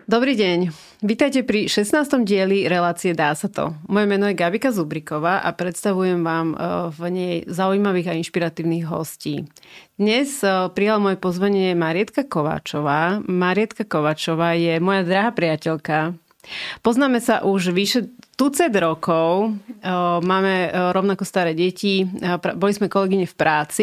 Dobrý deň. Vítajte pri 16. dieli relácie Dá sa to. Moje meno je Gabika Zubriková a predstavujem vám v nej zaujímavých a inšpiratívnych hostí. Dnes prijala moje pozvanie Marietka Kováčová. Marietka Kováčová je moja drahá priateľka. Poznáme sa už vyše tucet rokov, máme rovnako staré deti, boli sme kolegyne v práci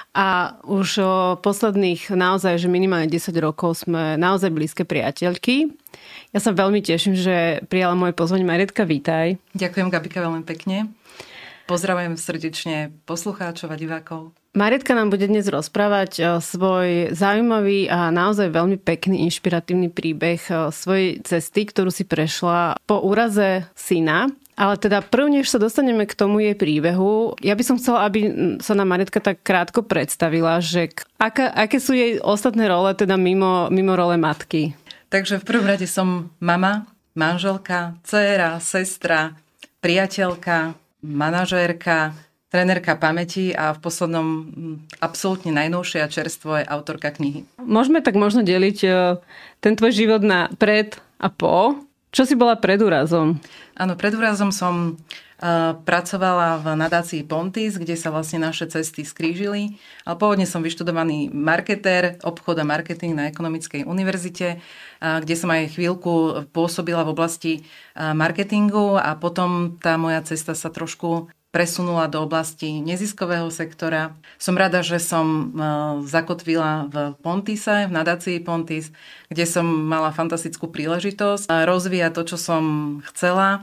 a už posledných naozaj, že minimálne 10 rokov sme naozaj blízke priateľky. Ja sa veľmi teším, že prijala moje pozvanie. Marietka, vítaj. Ďakujem, Gabika, veľmi pekne. Pozdravujem srdečne poslucháčov a divákov. Marietka nám bude dnes rozprávať svoj zaujímavý a naozaj veľmi pekný, inšpiratívny príbeh svojej cesty, ktorú si prešla po úraze syna. Ale teda prv, než sa dostaneme k tomu jej príbehu, ja by som chcela, aby sa nám Marietka tak krátko predstavila, že aké sú jej ostatné role, teda mimo role matky. Takže v prvom rade som mama, manželka, dcéra, sestra, priateľka, manažérka, trénerka pamäti a v poslednom absolútne najnovšie a čerstvo je autorka knihy. Môžeme tak možno deliť ten tvoj život na pred a po. Čo si bola pred úrazom? Áno, pred úrazom som pracovala v nadácii Pontis, kde sa vlastne naše cesty skrížili. Ale pôvodne som vyštudovaný marketér, obchod a marketing na Ekonomickej univerzite, kde som aj chvíľku pôsobila v oblasti marketingu a potom tá moja cesta sa trošku presunula do oblasti neziskového sektora. Som rada, že som zakotvila v Pontise, v nadácii Pontis, kde som mala fantastickú príležitosť rozvíjať to, čo som chcela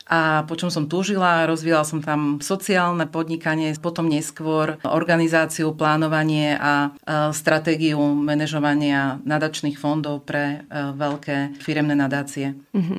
a po čom som túžila. Rozvíjala som tam sociálne podnikanie, potom neskôr organizáciu, plánovanie a stratégiu manažovania nadačných fondov pre veľké firemné nadácie.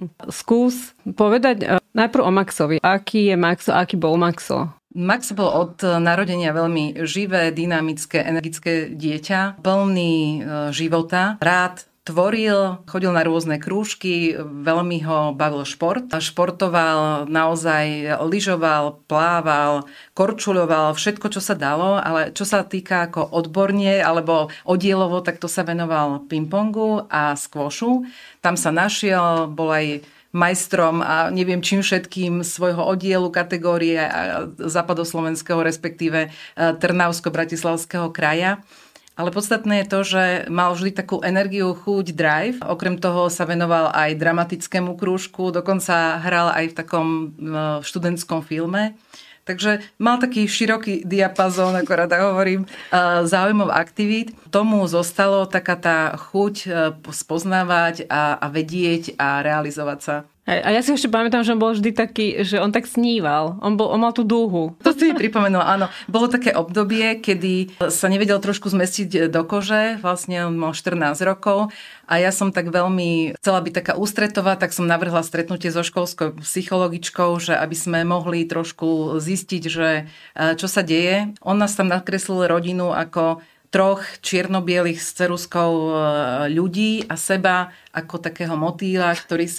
Skús povedať najprv o Maxovi. Aký je Maxo, aký bol Maxo? Max bol od narodenia veľmi živé, dynamické, energické dieťa, plný života, rád tvoril, chodil na rôzne krúžky, veľmi ho bavil šport. Športoval, naozaj lyžoval, plával, korčuľoval, všetko, čo sa dalo, ale čo sa týka ako odborne alebo oddielovo, tak to sa venoval pingpongu a squashu. Tam sa našiel, bol aj majstrom a neviem čím všetkým svojho oddielu, kategórie západoslovenského, respektíve Trnavsko-Bratislavského kraja. Ale podstatné je to, že mal vždy takú energiu, chuť, drive. Okrem toho sa venoval aj dramatickému krúžku, dokonca hral aj v takom študentskom filme. Takže mal taký široký diapazón, ako rada hovorím, záujmov aktivít. Tomu zostalo taká tá chuť spoznávať a vedieť a realizovať sa. A ja si ešte pamätám, že on bol vždy taký, že on tak sníval. On mal tú dúhu. To si mi pripomenul, áno. Bolo také obdobie, kedy sa nevedel trošku zmestiť do kože. Vlastne on mal 14 rokov a ja som tak veľmi chcela byť taká ústretová, tak som navrhla stretnutie so školskou psychologičkou, že aby sme mohli trošku zistiť, že čo sa deje. On nás tam nakreslil rodinu ako troch čierno-bielých s ceruzkou ľudí a seba ako takého motýla,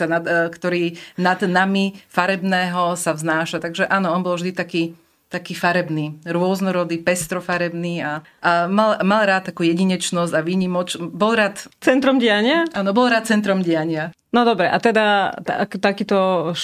ktorý nad nami farebného sa vznáša. Takže áno, on bol vždy taký farebný, rôznorodý, pestrofarebný a mal rád takú jedinečnosť a výnimočnosť. Bol rád centrom diania? Áno, bol rád centrom diania. No dobre, a teda takýto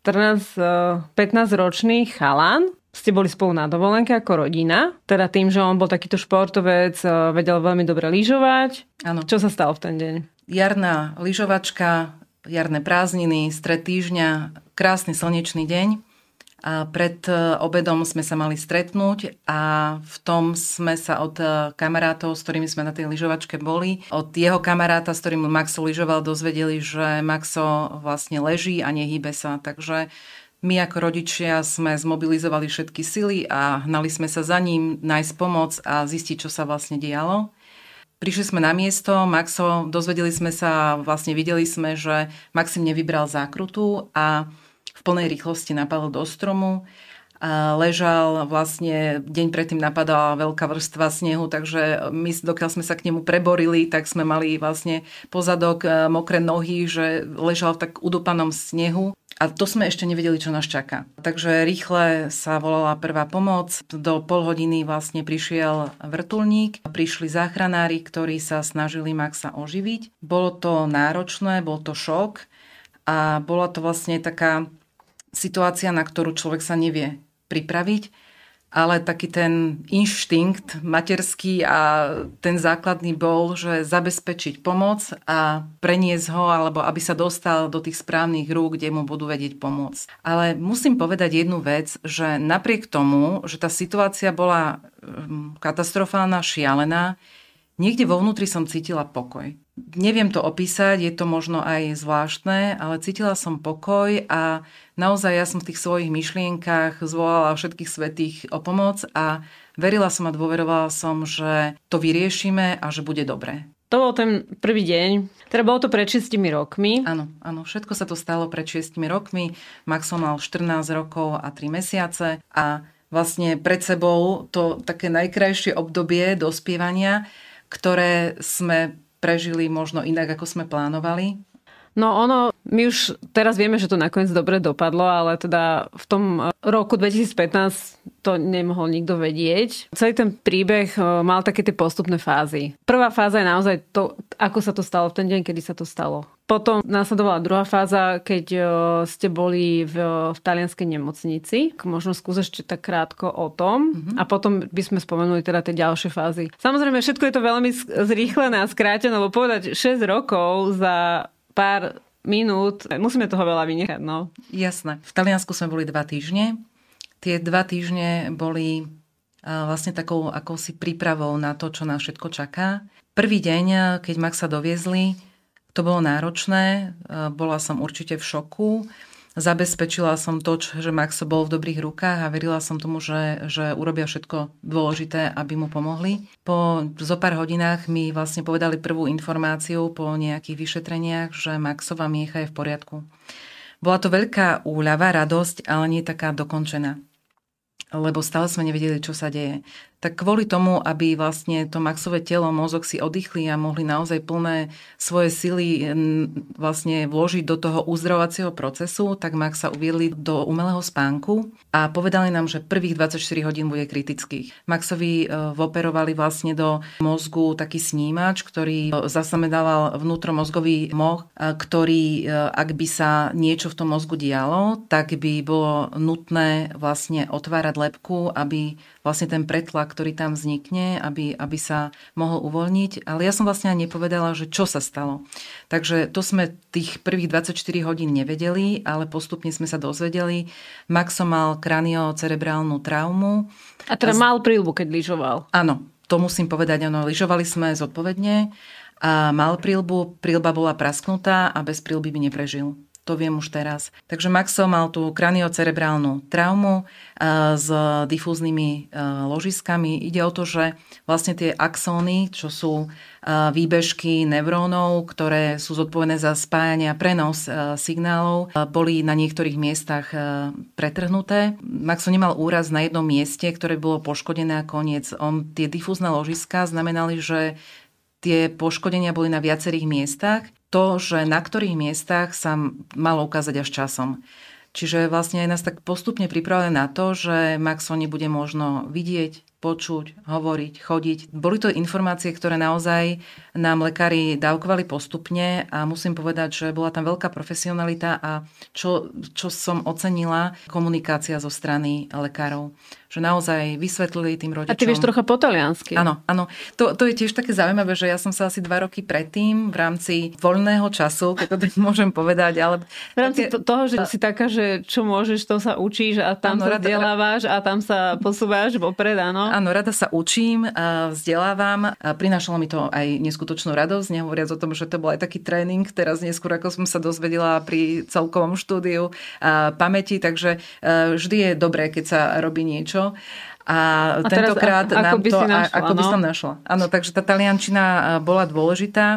14-15 ročný chalan, ste boli spolu na dovolenke ako rodina, teda tým, že on bol takýto športovec, vedel veľmi dobre lyžovať. Áno. Čo sa stalo v ten deň? Jarná lyžovačka, jarné prázdniny, stred týždňa, krásny slnečný deň. A pred obedom sme sa mali stretnúť a v tom sme sa od kamarátov, s ktorými sme na tej lyžovačke boli, od jeho kamaráta, s ktorým Maxo lyžoval, dozvedeli, že Maxo vlastne leží a nehýbe sa. Takže my ako rodičia sme zmobilizovali všetky sily a hnali sme sa za ním nájsť pomoc a zistiť, čo sa vlastne dialo. Prišli sme na miesto, Maxo, dozvedeli sme sa, vlastne videli sme, že Maxim nevybral zákrutu a v plnej rýchlosti napadol do stromu ležal vlastne, deň predtým napadala veľká vrstva snehu, takže my, dokiaľ sme sa k nemu preborili, tak sme mali vlastne pozadok, mokré nohy, že ležal v tak udupanom snehu. A to sme ešte nevedeli, čo nás čaká. Takže rýchle sa volala prvá pomoc. Do pol hodiny vlastne prišiel vrtuľník. Prišli záchranári, ktorí sa snažili Maxa oživiť. Bolo to náročné, bol to šok a bola to vlastne taká situácia, na ktorú človek sa nevie pripraviť, ale taký ten inštinkt materský a ten základný bol, že zabezpečiť pomoc a preniesť ho, alebo aby sa dostal do tých správnych rúk, kde mu budú vedieť pomôcť. Ale musím povedať jednu vec, že napriek tomu, že tá situácia bola katastrofálna, šialená, niekde vo vnútri som cítila pokoj. Neviem to opísať, je to možno aj zvláštne, ale cítila som pokoj a naozaj ja som v tých svojich myšlienkach zvolala všetkých svätých o pomoc a verila som a dôverovala som, že to vyriešime a že bude dobré. To bol ten prvý deň. Teda bolo to pred 6 rokmi. Áno, všetko sa to stalo pred 6 rokmi. Maxo mal 14 rokov a 3 mesiace a vlastne pred sebou to také najkrajšie obdobie dospievania, ktoré sme prežili možno inak, ako sme plánovali. No my už teraz vieme, že to nakoniec dobre dopadlo, ale teda v tom roku 2015 to nemohol nikto vedieť. Celý ten príbeh mal také tie postupné fázy. Prvá fáza je naozaj to, ako sa to stalo v ten deň, kedy sa to stalo. Potom následovala druhá fáza, keď ste boli v talianskej nemocnici. Možno skús ešte tak krátko o tom. A potom by sme spomenuli teda tie ďalšie fázy. Samozrejme, všetko je to veľmi zrýchlené a skrátené, lebo povedať 6 rokov za pár minút, musíme toho veľa vynechať. No. Jasné. V Taliansku sme boli 2 týždne. Tie 2 týždne boli vlastne takou akousi prípravou na to, čo nás všetko čaká. Prvý deň, keď Maxa doviezli, to bolo náročné, bola som určite v šoku. Zabezpečila som to, že Maxo bol v dobrých rukách a verila som tomu, že urobia všetko dôležité, aby mu pomohli. Po zopár hodinách mi vlastne povedali prvú informáciu po nejakých vyšetreniach, že Maxova miecha je v poriadku. Bola to veľká úľava, radosť, ale nie taká dokončená. Lebo stále sme nevedeli, čo sa deje. Tak kvôli tomu, aby vlastne to Maxové telo, mozog si oddychli a mohli naozaj plné svoje sily vlastne vložiť do toho uzdravovacieho procesu, tak Maxa uviedli do umelého spánku a povedali nám, že prvých 24 hodín bude kritických. Maxovi operovali vlastne do mozgu taký snímač, ktorý zaznamenával vnútromozgový moh, ktorý, ak by sa niečo v tom mozgu dialo, tak by bolo nutné vlastne otvárať lebku, aby vlastne ten pretlak, ktorý tam vznikne, aby sa mohol uvoľniť. Ale ja som vlastne ani nepovedala, že čo sa stalo. Takže to sme tých prvých 24 hodín nevedeli, ale postupne sme sa dozvedeli. Maxo mal kraniocerebrálnu traumu. A teda mal príľbu, keď lyžoval. Áno, to musím povedať. Áno, lyžovali sme zodpovedne a mal príľbu. Príľba bola prasknutá a bez príľby by neprežil. To viem už teraz. Takže Maxo mal tú kraniocerebrálnu traumu s difúznymi ložiskami. Ide o to, že vlastne tie axóny, čo sú výbežky neurónov, ktoré sú zodpovedné za spájanie a prenos signálov, boli na niektorých miestach pretrhnuté. Maxo nemal úraz na jednom mieste, ktoré bolo poškodené a koniec. Tie difúzne ložiská znamenali, že tie poškodenia boli na viacerých miestach. To, že na ktorých miestach sa malo ukázať až časom. Čiže vlastne aj nás tak postupne pripravili na to, že Maxo nebude možno vidieť, počuť, hovoriť, chodiť. Boli to informácie, ktoré naozaj nám lekári dávkovali postupne a musím povedať, že bola tam veľká profesionalita a čo som ocenila, komunikácia zo strany lekárov. Že naozaj vysvetlili tým rodičom. A ty vieš trocha po taliansky. Áno. To je tiež také zaujímavé, že ja som sa asi 2 roky predtým v rámci voľného času, keď to tak môžem povedať, ale... V rámci toho, že si taká, že čo môžeš, to sa učíš a tam sa vzdelávaš a tam sa posúvaš vopred, áno? Áno, rada sa učím, vzdelávam. Prinášalo mi to aj neskutočnú radosť, nehovoriac o tom, že to bol aj taký tréning, teraz neskôr, ako som sa dozvedela pri celkovom štúdiu pamäti, takže vždy je dobré, keď sa robí niečo. A tentokrát nám to, ako by som našla. Áno, takže tá taliančina bola dôležitá.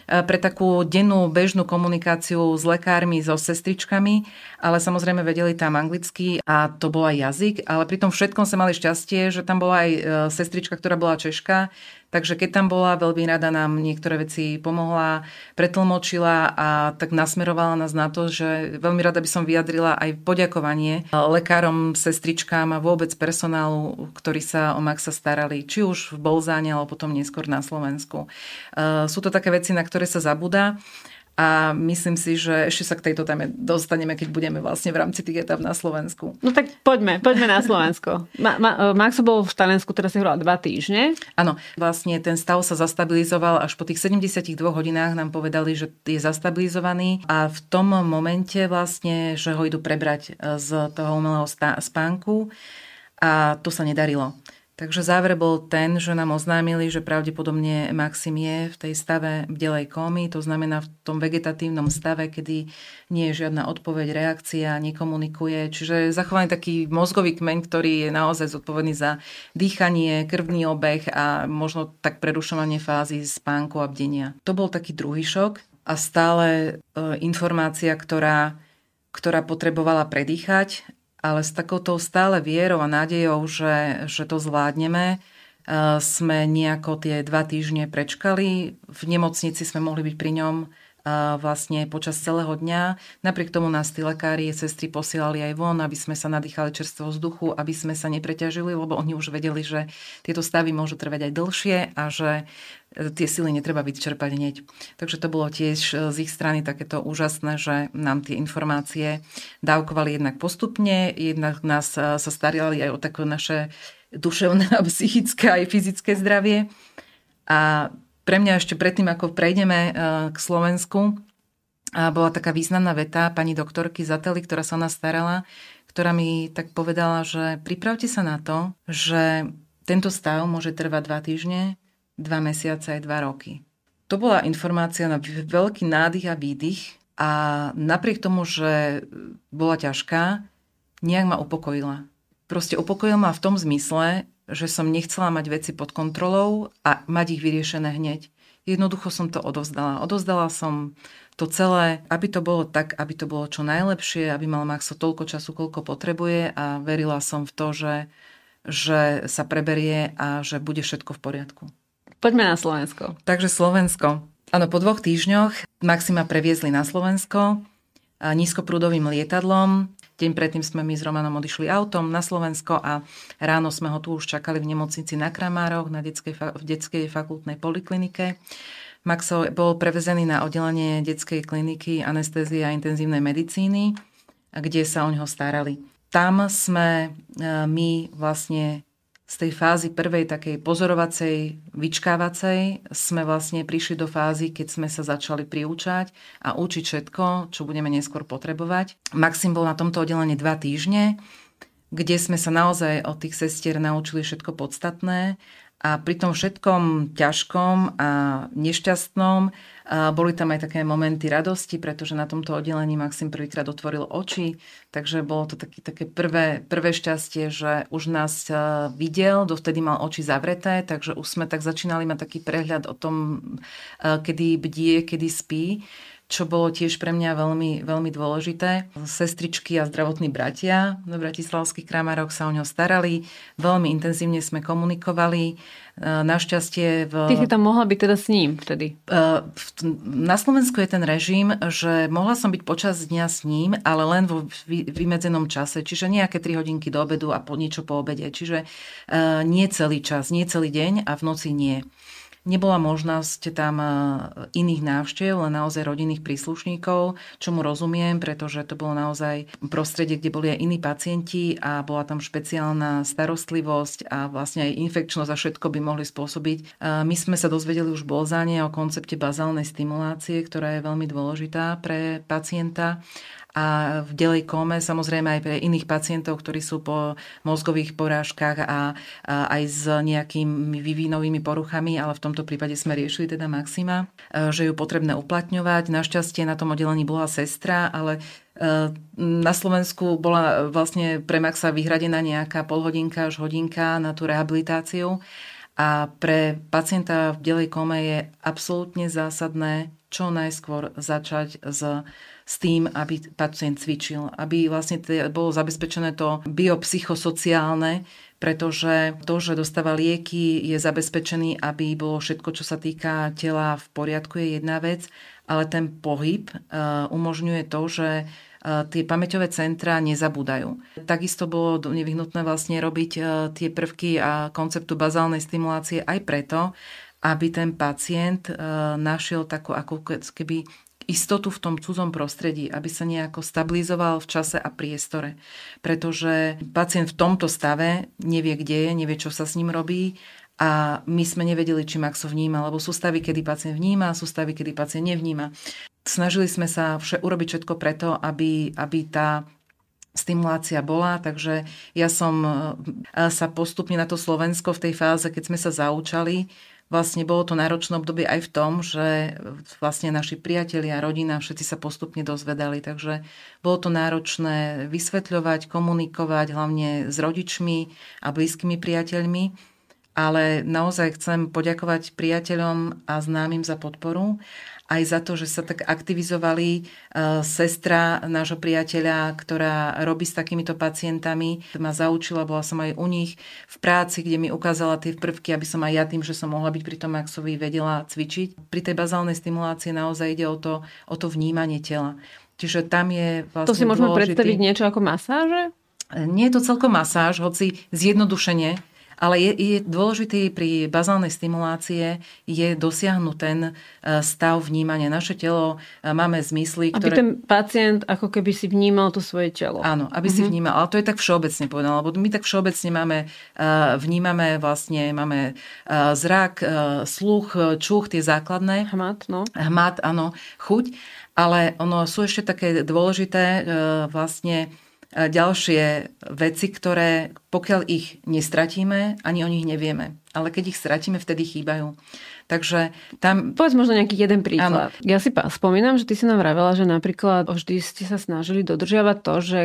pre takú dennú bežnú komunikáciu s lekármi, so sestričkami, ale samozrejme vedeli tam anglicky a to bol aj jazyk, ale pri tom všetkom sa mali šťastie, že tam bola aj sestrička, ktorá bola Češka, takže keď tam bola, veľmi rada nám niektoré veci pomohla, pretlmočila a tak nasmerovala nás na to, že veľmi rada by som vyjadrila aj poďakovanie lekárom, sestričkám a vôbec personálu, ktorí sa o Maxa starali, či už v Bolzáne, alebo potom neskôr na Slovensku. Sú to také veci, na ktoré sa zabúda. A myslím si, že ešte sa k tejto téme dostaneme, keď budeme vlastne v rámci tých etap na Slovensku. No tak poďme na Slovensko. Maxo bol v Taliansku, teraz si hovorila 2 týždne. Áno, vlastne ten stav sa zastabilizoval až po tých 72 hodinách nám povedali, že je zastabilizovaný a v tom momente vlastne, že ho idú prebrať z toho umelého spánku a to sa nedarilo. Takže záver bol ten, že nám oznámili, že pravdepodobne Maxim je v tej stave bdelej kómy, to znamená v tom vegetatívnom stave, kedy nie je žiadna odpoveď, reakcia, nekomunikuje. Čiže zachovaný taký mozgový kmeň, ktorý je naozaj zodpovedný za dýchanie, krvný obeh a možno tak prerušovanie fázy spánku a bdenia. To bol taký druhý šok a stále informácia, ktorá potrebovala predýchať, ale s takouto stále vierou a nádejou, že to zvládneme, sme nejako tie 2 týždne prečkali. V nemocnici sme mohli byť pri ňom vlastne počas celého dňa. Napriek tomu nás tí lekári, sestry posielali aj von, aby sme sa nadýchali čerstvého vzduchu, aby sme sa nepreťažili, lebo oni už vedeli, že tieto stavy môžu trvať aj dlhšie a že tie sily netreba vyčerpať hneď. Takže to bolo tiež z ich strany takéto úžasné, že nám tie informácie dávkovali jednak postupne, jednak nás sa starali aj o také naše duševné, psychické aj fyzické zdravie. A pre mňa ešte predtým, ako prejdeme k Slovensku, bola taká významná veta pani doktorky Zately, ktorá sa o nás starala, ktorá mi tak povedala, že pripravte sa na to, že tento stav môže trvať 2 týždne, 2 mesiace aj 2 roky. To bola informácia na veľký nádych a výdych a napriek tomu, že bola ťažká, nejak ma upokojila. Proste upokojila ma v tom zmysle, že som nechcela mať veci pod kontrolou a mať ich vyriešené hneď. Jednoducho som to odovzdala. Odovzdala som to celé, aby to bolo tak, aby to bolo čo najlepšie, aby mal Maxo toľko času, koľko potrebuje a verila som v to, že sa preberie a že bude všetko v poriadku. Poďme na Slovensko. Takže Slovensko. Áno, po 2 týždňoch Maxima previezli na Slovensko nízkoprúdovým lietadlom. Deň predtým sme my s Romanom odišli autom na Slovensko a ráno sme ho tu už čakali v nemocnici na Kramároch v detskej fakultnej poliklinike. Maxo bol prevezený na oddelenie detskej kliniky anestézie a intenzívnej medicíny, kde sa o neho starali. Tam sme my vlastne z tej fázy prvej takej pozorovacej, vyčkávacej sme vlastne prišli do fázy, keď sme sa začali priučať a učiť všetko, čo budeme neskôr potrebovať. Maxim bol na tomto oddelení 2 týždne, kde sme sa naozaj od tých sestier naučili všetko podstatné a pri tom všetkom ťažkom a nešťastnom boli tam aj také momenty radosti, pretože na tomto oddelení Maxim prvýkrát otvoril oči, takže bolo to také prvé šťastie, že už nás videl, dovtedy mal oči zavreté, takže už sme tak začínali mať taký prehľad o tom, kedy bdie, kedy spí, čo bolo tiež pre mňa veľmi, veľmi dôležité. Sestričky a zdravotní bratia v bratislavských Kramároch sa o ňo starali. Veľmi intenzívne sme komunikovali. Našťastie... Ty si tam mohla byť teda s ním vtedy? Na Slovensku je ten režim, že mohla som byť počas dňa s ním, ale len vo vymedzenom čase. Čiže nejaké 3 hodinky do obedu a niečo po obede. Čiže nie celý čas, nie celý deň a v noci nie. Nebola možnosť tam iných návštev, len naozaj rodinných príslušníkov, čomu rozumiem, pretože to bolo naozaj prostredie, kde boli aj iní pacienti a bola tam špeciálna starostlivosť a vlastne aj infekčnosť a všetko by mohli spôsobiť. My sme sa dozvedeli už v Bolzáne o koncepte bazálnej stimulácie, ktorá je veľmi dôležitá pre pacienta. A v bdelej kóme samozrejme aj pre iných pacientov, ktorí sú po mozgových porážkach a aj s nejakými vývinovými poruchami, ale v tomto prípade sme riešili teda Maxima, že ju potrebné uplatňovať. Našťastie na tom oddelení bola sestra, ale na Slovensku bola vlastne pre Maxa vyhradená nejaká polhodinka až hodinka na tú rehabilitáciu. A pre pacienta v bielej kóme je absolútne zásadné čo najskôr začať s tým, aby pacient cvičil, aby vlastne bolo zabezpečené to biopsychosociálne, pretože to, že dostáva lieky, je zabezpečený, aby bolo všetko, čo sa týka tela v poriadku, je jedna vec, ale ten pohyb umožňuje to, že tie pamäťové centrá nezabúdajú. Takisto bolo nevyhnutné vlastne robiť tie prvky a konceptu bazálnej stimulácie aj preto, aby ten pacient našiel takú ako keby istotu v tom cudzom prostredí, aby sa nejako stabilizoval v čase a priestore. Pretože pacient v tomto stave nevie, kde je, nevie, čo sa s ním robí a my sme nevedeli, či Maxo vníma, lebo sú stavy, kedy pacient vníma, sú stavy, kedy pacient nevníma. Snažili sme sa urobiť všetko preto, aby tá stimulácia bola, takže ja som sa postupne na to Slovensko v tej fáze, keď sme sa zaučali, vlastne bolo to náročné obdobie aj v tom, že vlastne naši priatelia, rodina, všetci sa postupne dozvedali, takže bolo to náročné vysvetľovať, komunikovať, hlavne s rodičmi a blízkymi priateľmi, ale naozaj chcem poďakovať priateľom a známym za podporu, aj za to, že sa tak aktivizovali. Sestra nášho priateľa, ktorá robí s takýmito pacientami, ma zaučila, bola som aj u nich v práci, kde mi ukázala tie prvky, aby som aj ja tým, že som mohla byť pri tom Maxovi, vedela cvičiť. Pri tej bazálnej stimulácii naozaj ide o to vnímanie tela. Čiže tam je vlastne to si môžeme predstaviť niečo ako masáže? Nie je to celkom masáž, hoci zjednodušene, ale je dôležité pri bazálnej stimulácie je dosiahnuť ten stav vnímania. Naše telo máme zmysly, ktoré... Aby ten pacient ako keby si vnímal to svoje telo. Áno, aby si vnímal. Ale to je tak všeobecne povedané, lebo my tak všeobecne vnímame vlastne, máme zrak, sluch, čuch, tie základné. Hmat, no. Hmat, áno, chuť. Ale sú ešte také dôležité vlastne ďalšie veci, ktoré pokiaľ ich nestratíme, ani o nich nevieme. Ale keď ich stratíme, vtedy chýbajú. Takže tam... Povedz možno nejaký jeden príklad. Áno. Ja si spomínam, že ty si nám vravela, že napríklad vždy ste sa snažili dodržiavať to, že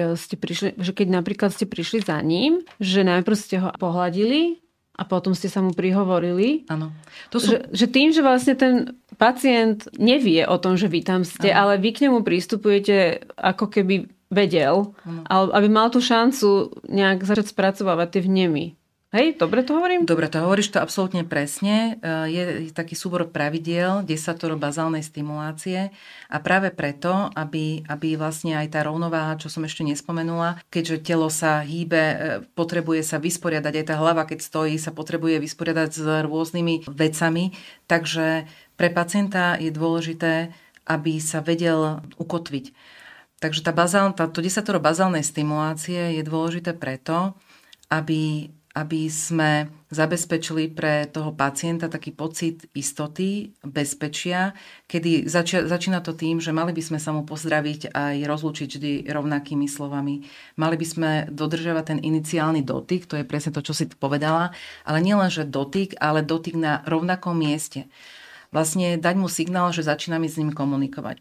keď napríklad ste prišli za ním, že najprv ste ho pohľadili a potom ste sa mu prihovorili. Áno. Že tým, že vlastne ten pacient nevie o tom, že vy tam ste, ale vy k nemu prístupujete ako keby vedel, ale aby mal tú šancu nejak začať spracovávať tie vnemy. Hej, dobre to hovorím? Dobre to hovoríš, to absolútne presne. Je taký súbor pravidiel, desatoro bazálnej stimulácie a práve preto, aby vlastne aj tá rovnováha, čo som ešte nespomenula, keďže telo sa hýbe, potrebuje sa vysporiadať, aj tá hlava, keď stojí, sa potrebuje vysporiadať s rôznymi vecami, takže pre pacienta je dôležité, aby sa vedel ukotviť. Takže to desatoro bazálnej stimulácie je dôležité preto, aby sme zabezpečili pre toho pacienta taký pocit istoty, bezpečia, kedy začína to tým, že mali by sme sa mu pozdraviť aj rozlúčiť vždy rovnakými slovami. Mali by sme dodržiavať ten iniciálny dotyk, to je presne to, čo si povedala, ale nie len, že dotyk, ale dotyk na rovnakom mieste. Vlastne dať mu signál, že začíname s ním komunikovať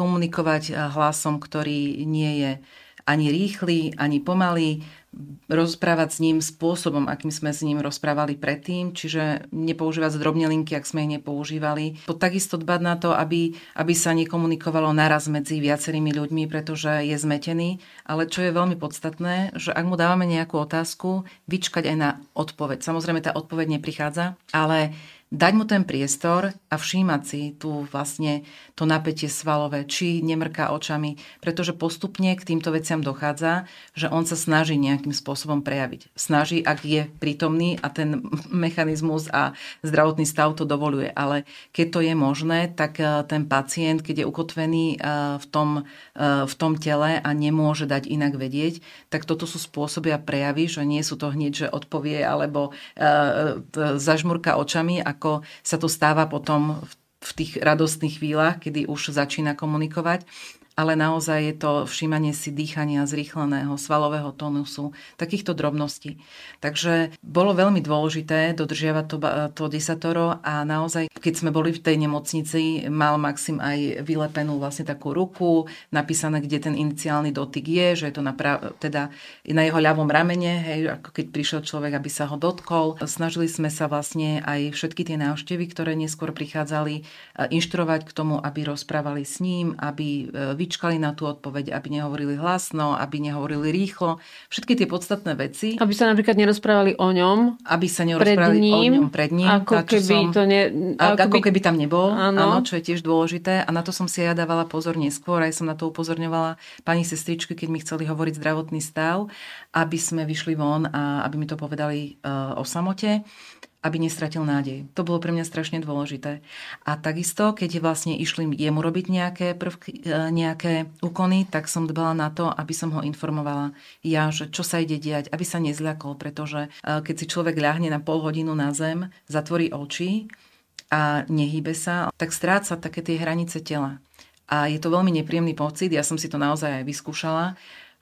hlasom, ktorý nie je ani rýchly, ani pomalý, rozprávať s ním spôsobom, akým sme s ním rozprávali predtým, čiže nepoužívať zdrobnelinky, ak sme ich nepoužívali. Takisto dbať na to, aby sa nekomunikovalo naraz medzi viacerými ľuďmi, pretože je zmetený, ale čo je veľmi podstatné, že ak mu dávame nejakú otázku, vyčkať aj na odpoveď. Samozrejme, tá odpoveď neprichádza, ale dať mu ten priestor a všímať si tu vlastne to napätie svalové, či nemrká očami, pretože postupne k týmto veciam dochádza, že on sa snaží nejakým spôsobom prejaviť. Snaží, ak je prítomný a ten mechanizmus a zdravotný stav to dovoluje. Ale keď to je možné, tak ten pacient, keď je ukotvený v tom tele a nemôže dať inak vedieť, tak toto sú spôsoby a prejavy, že nie sú to hneď, že odpovie alebo zažmurka očami, ako sa to stáva potom v tých radostných chvíľach, kedy už začína komunikovať. ale naozaj je to všímanie si dýchania zrýchleného, svalového tonusu, takýchto drobností. Takže bolo veľmi dôležité dodržiavať to desatoro a naozaj, keď sme boli v tej nemocnici, mal Maxim aj vylepenú vlastne takú ruku, napísané, kde ten iniciálny dotyk je, že je to teda na jeho ľavom ramene, hej, ako keď prišiel človek, aby sa ho dotkol. Snažili sme sa vlastne aj všetky tie návštevy, ktoré neskôr prichádzali, inštruovať k tomu, aby rozprávali s ním, aby vyčkali na tú odpoveď, aby nehovorili hlasno, aby nehovorili rýchlo. Všetky tie podstatné veci. Aby sa napríklad nerozprávali o ňom. Aby sa nerozprávali o ňom pred ním. Ako keby tam nebol. Áno, čo je tiež dôležité. A na to som si ja dávala pozor neskôr. Aj som na to upozorňovala pani sestričky, keď mi chceli hovoriť zdravotný stav, aby sme vyšli von a aby mi to povedali o samote, aby nestratil nádej. To bolo pre mňa strašne dôležité. A takisto, keď vlastne išli jemu robiť nejaké úkony, tak som dbala na to, aby som ho informovala ja, že čo sa ide diať, aby sa nezľakol, pretože keď si človek ľahne na pol hodinu na zem, zatvorí oči a nehýbe sa, tak stráca také tie hranice tela. A je to veľmi nepríjemný pocit, ja som si to naozaj aj vyskúšala,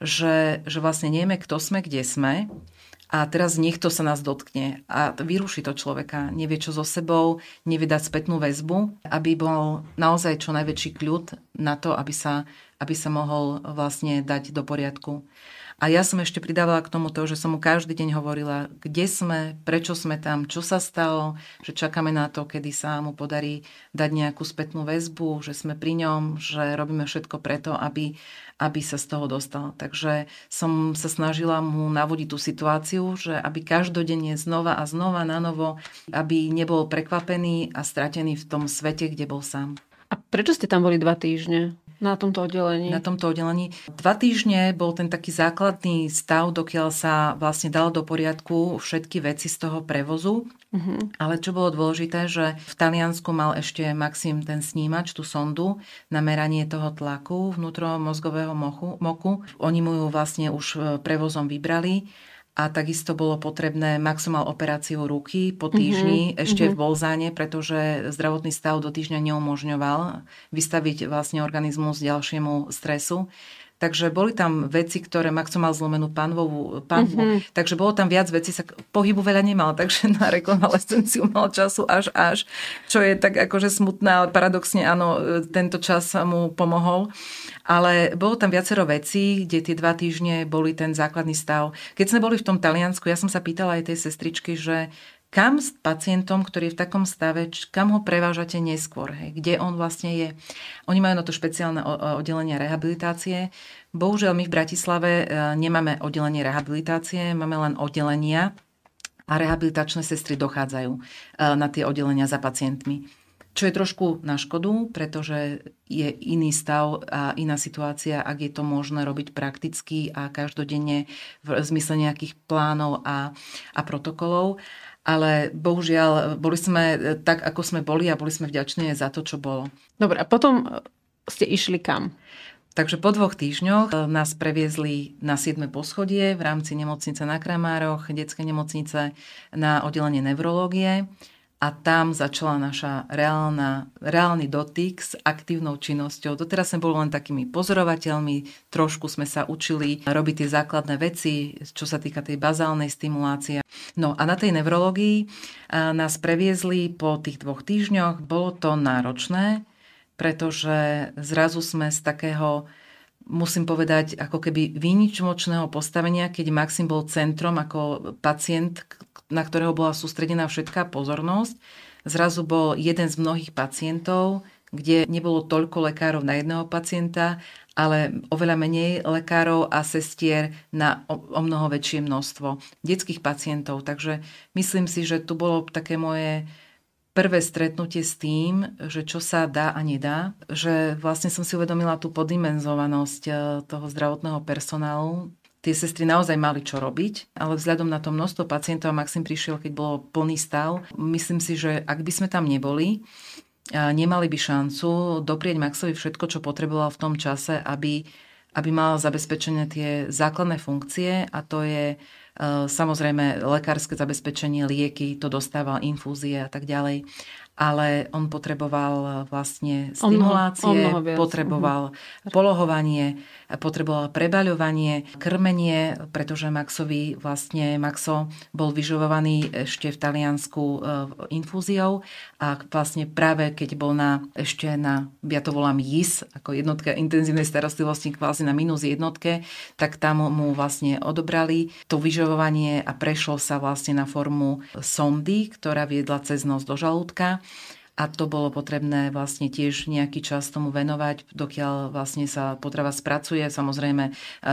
že vlastne nevieme, kto sme, kde sme, a teraz niekto sa nás dotkne a vyruší to človeka. Nevie čo so sebou, nevie dať spätnú väzbu, aby bol naozaj čo najväčší kľud na to, aby sa mohol vlastne dať do poriadku. A ja som ešte pridávala k tomu to, že som mu každý deň hovorila, kde sme, prečo sme tam, čo sa stalo, že čakáme na to, kedy sa mu podarí dať nejakú spätnú väzbu, že sme pri ňom, že robíme všetko preto, aby sa z toho dostal. Takže som sa snažila mu navodiť tú situáciu, že aby každodenne znova a znova na novo, aby nebol prekvapený a stratený v tom svete, kde bol sám. A prečo ste tam boli 2 týždne? Na tomto oddelení? Na tomto oddelení. 2 týždne bol ten taký základný stav, dokiaľ sa vlastne dalo do poriadku všetky veci z toho prevozu. Ale čo bolo dôležité, že v Taliansku mal ešte Maxim ten snímač, tú sondu na meranie toho tlaku vnútromozgového moku. Oni mu ju vlastne už prevozom vybrali. A takisto bolo potrebné maximál operáciu ruky po týždni ešte v Bolzáne, pretože zdravotný stav do týždňa neumožňoval vystaviť vlastne organizmus ďalšiemu stresu. Takže boli tam veci, ktoré Maxo mal zlomenú panvu. Takže bolo tam viac vecí, sa pohybu veľa nemal, takže na rekonvalescenciu mal času až, čo je tak akože smutné, ale paradoxne áno, tento čas mu pomohol. Ale bolo tam viacero vecí, kde tie 2 týždne boli ten základný stav. Keď sme boli v tom Taliansku, ja som sa pýtala aj tej sestričky, že kam s pacientom, ktorý je v takom stave, kam ho prevážate neskôr, kde on vlastne je. Oni majú na to špeciálne oddelenie rehabilitácie. Bohužiaľ my v Bratislave nemáme oddelenie rehabilitácie, máme len oddelenia a rehabilitačné sestry dochádzajú na tie oddelenia za pacientmi. Čo je trošku na škodu, pretože je iný stav a iná situácia, ak je to možné robiť prakticky a každodenne v zmysle nejakých plánov a protokolov. Ale bohužiaľ, boli sme tak, ako sme boli a boli sme vďační za to, čo bolo. Dobre, a potom ste išli kam? Takže po 2 týždňoch nás previezli na 7. poschodie v rámci nemocnice na Kramároch, detskej nemocnice na oddelenie neurológie. A tam začala naša reálny dotyk s aktívnou činnosťou. Doteraz sme boli len takými pozorovateľmi, trošku sme sa učili robiť tie základné veci, čo sa týka tej bazálnej stimulácie. No a na tej neurológii nás previezli po tých 2 týždňoch. Bolo to náročné, pretože zrazu sme z takého, musím povedať, ako keby výnimočného postavenia, keď Maxim bol centrom ako pacient, na ktorého bola sústredená všetká pozornosť. Zrazu bol jeden z mnohých pacientov, kde nebolo toľko lekárov na jedného pacienta, ale oveľa menej lekárov a sestier na o mnoho väčšie množstvo detských pacientov. Takže myslím si, že tu bolo také moje prvé stretnutie s tým, že čo sa dá a nedá, že vlastne som si uvedomila tú poddimenzovanosť toho zdravotného personálu. Tie sestry naozaj mali čo robiť, ale vzhľadom na to množstvo pacientov, a Maxim prišiel, keď bolo plný stav, myslím si, že ak by sme tam neboli, nemali by šancu doprieť Maxovi všetko, čo potreboval v tom čase, aby mal zabezpečené tie základné funkcie, a to je samozrejme lekárske zabezpečenie, lieky, to dostával infúzie a tak ďalej. ale on potreboval vlastne stimulácie, potreboval polohovanie, potreboval prebaľovanie, krmenie, pretože Maxo bol vyživovaný ešte v Taliansku infúziou a vlastne práve keď bol ja to volám JIS, ako jednotka intenzívnej starostlivosti, kvázi na -1, tak tam mu vlastne odobrali to vyživovanie a prešlo sa vlastne na formu sondy, ktorá viedla cez nos do žalúdka. A to bolo potrebné vlastne tiež nejaký čas tomu venovať, dokiaľ vlastne sa potrava spracuje. Samozrejme,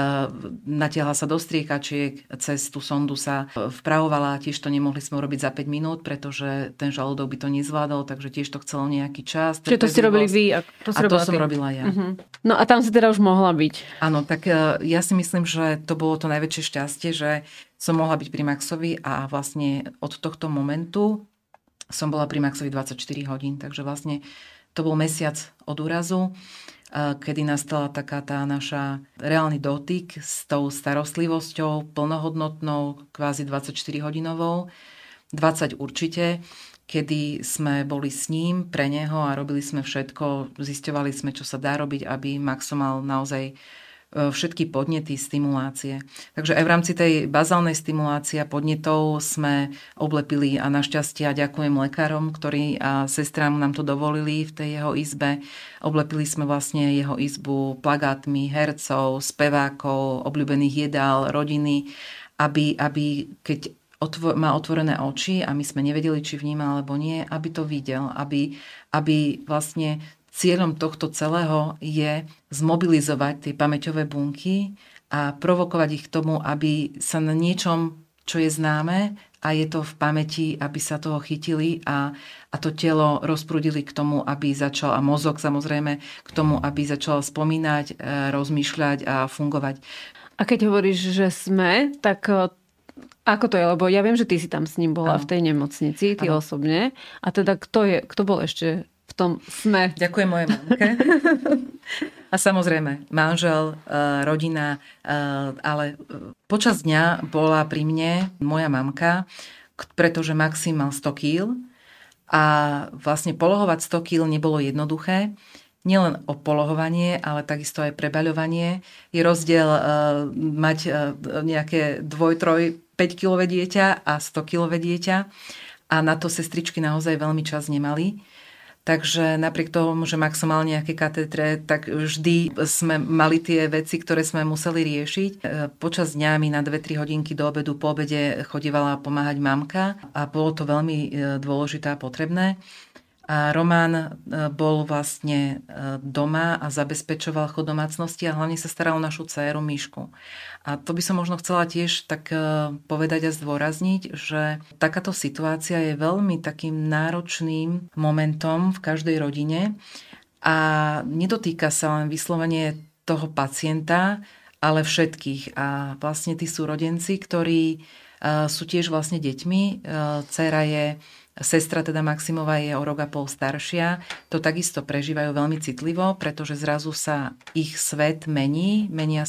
natiahla sa do striekačiek, cez tú sondu sa vpravovala, tiež to nemohli sme urobiť za 5 minút, pretože ten žalúdok by to nezvládol, takže tiež to chcelo nejaký čas. Čiže to ste robili vy? To som robila ja. Uh-huh. No a tam si teda už mohla byť? Áno, tak ja si myslím, že to bolo to najväčšie šťastie, že som mohla byť pri Maxovi a vlastne od tohto momentu som bola pri Maxovi 24 hodín, takže vlastne to bol mesiac od úrazu, kedy nastala taká tá naša reálny dotyk s tou starostlivosťou plnohodnotnou, kvázi 24-hodinovou, 20 určite, kedy sme boli s ním pre neho a robili sme všetko, zisťovali sme, čo sa dá robiť, aby Maxo mal naozaj všetky podnety, stimulácie. Takže aj v rámci tej bazálnej stimulácie a podnetov sme oblepili a našťastie a ďakujem lekárom, ktorí a sestrám nám to dovolili v tej jeho izbe. Oblepili sme vlastne jeho izbu plagátmi hercov, spevákov, obľúbených jedál, rodiny, aby keď má otvorené oči a my sme nevedeli, či vníma alebo nie, aby to videl, aby vlastne cieľom tohto celého je zmobilizovať tie pamäťové bunky a provokovať ich k tomu, aby sa na niečom, čo je známe a je to v pamäti, aby sa toho chytili a to telo rozprúdili k tomu, aby začal, a mozog samozrejme, k tomu, aby začal spomínať, rozmýšľať a fungovať. A keď hovoríš, že sme, tak ako to je? Lebo ja viem, že ty si tam s ním bola v tej nemocnici, ty osobne. A teda kto bol ešte v tom sme? Ďakujem mojej mamke. A samozrejme, manžel, rodina, ale počas dňa bola pri mne moja mamka, pretože Maxim mal 100 kg a vlastne polohovať 100 kg nebolo jednoduché. Nielen o polohovanie, ale takisto aj prebaľovanie. Je rozdiel mať nejaké 2, 3, 5-kilové dieťa a 100-kilové dieťa a na to sestričky naozaj veľmi čas nemali. Takže napriek tomu, že Maxo mal nejaké katetre, tak vždy sme mali tie veci, ktoré sme museli riešiť. Počas dňa mi na 2-3 hodinky do obedu, po obede chodievala pomáhať mamka a bolo to veľmi dôležité a potrebné. A Roman bol vlastne doma a zabezpečoval chod domácnosti a hlavne sa staral o našu dcéru Mišku. A to by som možno chcela tiež tak povedať a zdôrazniť, že takáto situácia je veľmi takým náročným momentom v každej rodine a nedotýka sa len vyslovene toho pacienta, ale všetkých. A vlastne tí súrodenci, ktorí sú tiež vlastne deťmi, dcéra je sestra teda Maximová je o rok a pol staršia, to takisto prežívajú veľmi citlivo, pretože zrazu sa ich svet mení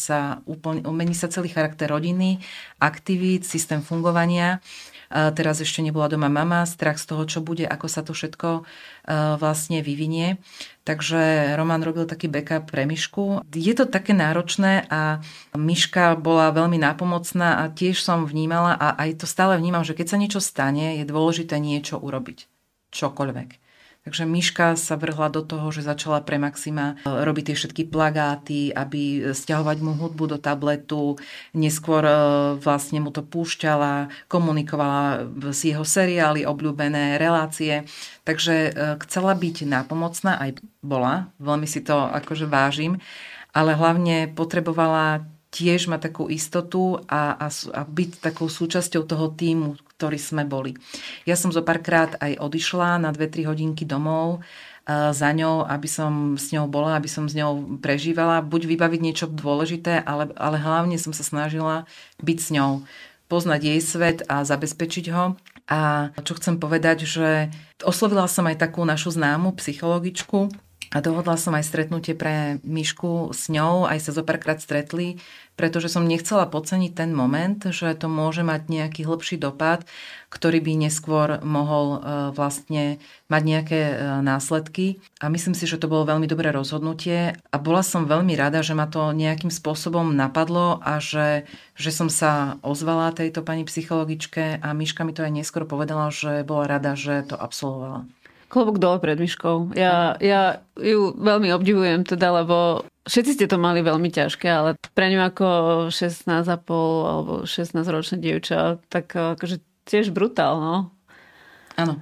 sa celý charakter rodiny, aktivít, systém fungovania. Teraz ešte nebola doma mama, strach z toho, čo bude, ako sa to všetko vlastne vyvinie. Takže Roman robil taký backup pre Mišku. Je to také náročné a Miška bola veľmi nápomocná a tiež som vnímala a aj to stále vnímam, že keď sa niečo stane, je dôležité niečo urobiť. Čokoľvek. Takže Miška sa vrhla do toho, že začala pre Maxima robiť tie všetky plagáty, aby stiahovať mu hudbu do tabletu, neskôr vlastne mu to púšťala, komunikovala z jeho seriály, obľúbené relácie. Takže chcela byť nápomocná, aj bola, veľmi si to akože vážim, ale hlavne potrebovala tiež mať takú istotu a byť takou súčasťou toho tímu, ktorý sme boli. Ja som zo párkrát aj odišla na 2-3 hodinky domov za ňou, aby som s ňou bola, aby som s ňou prežívala, buď vybaviť niečo dôležité, ale hlavne som sa snažila byť s ňou, poznať jej svet a zabezpečiť ho. A čo chcem povedať, že oslovila som aj takú našu známu psychologičku, A dohodla som aj stretnutie pre Mišku s ňou, aj sa zopárkrát stretli, pretože som nechcela podceniť ten moment, že to môže mať nejaký hlbší dopad, ktorý by neskôr mohol vlastne mať nejaké následky. A myslím si, že to bolo veľmi dobré rozhodnutie a bola som veľmi rada, že ma to nejakým spôsobom napadlo a že som sa ozvala tejto pani psychologičke a Miška mi to aj neskôr povedala, že bola rada, že to absolvovala. Klobúk dole pred Miškou. Ja ju veľmi obdivujem teda, lebo všetci ste to mali veľmi ťažké, ale pre ňu ako 16,5 alebo 16-ročná dievča, tak akože tiež brutál, no? Áno.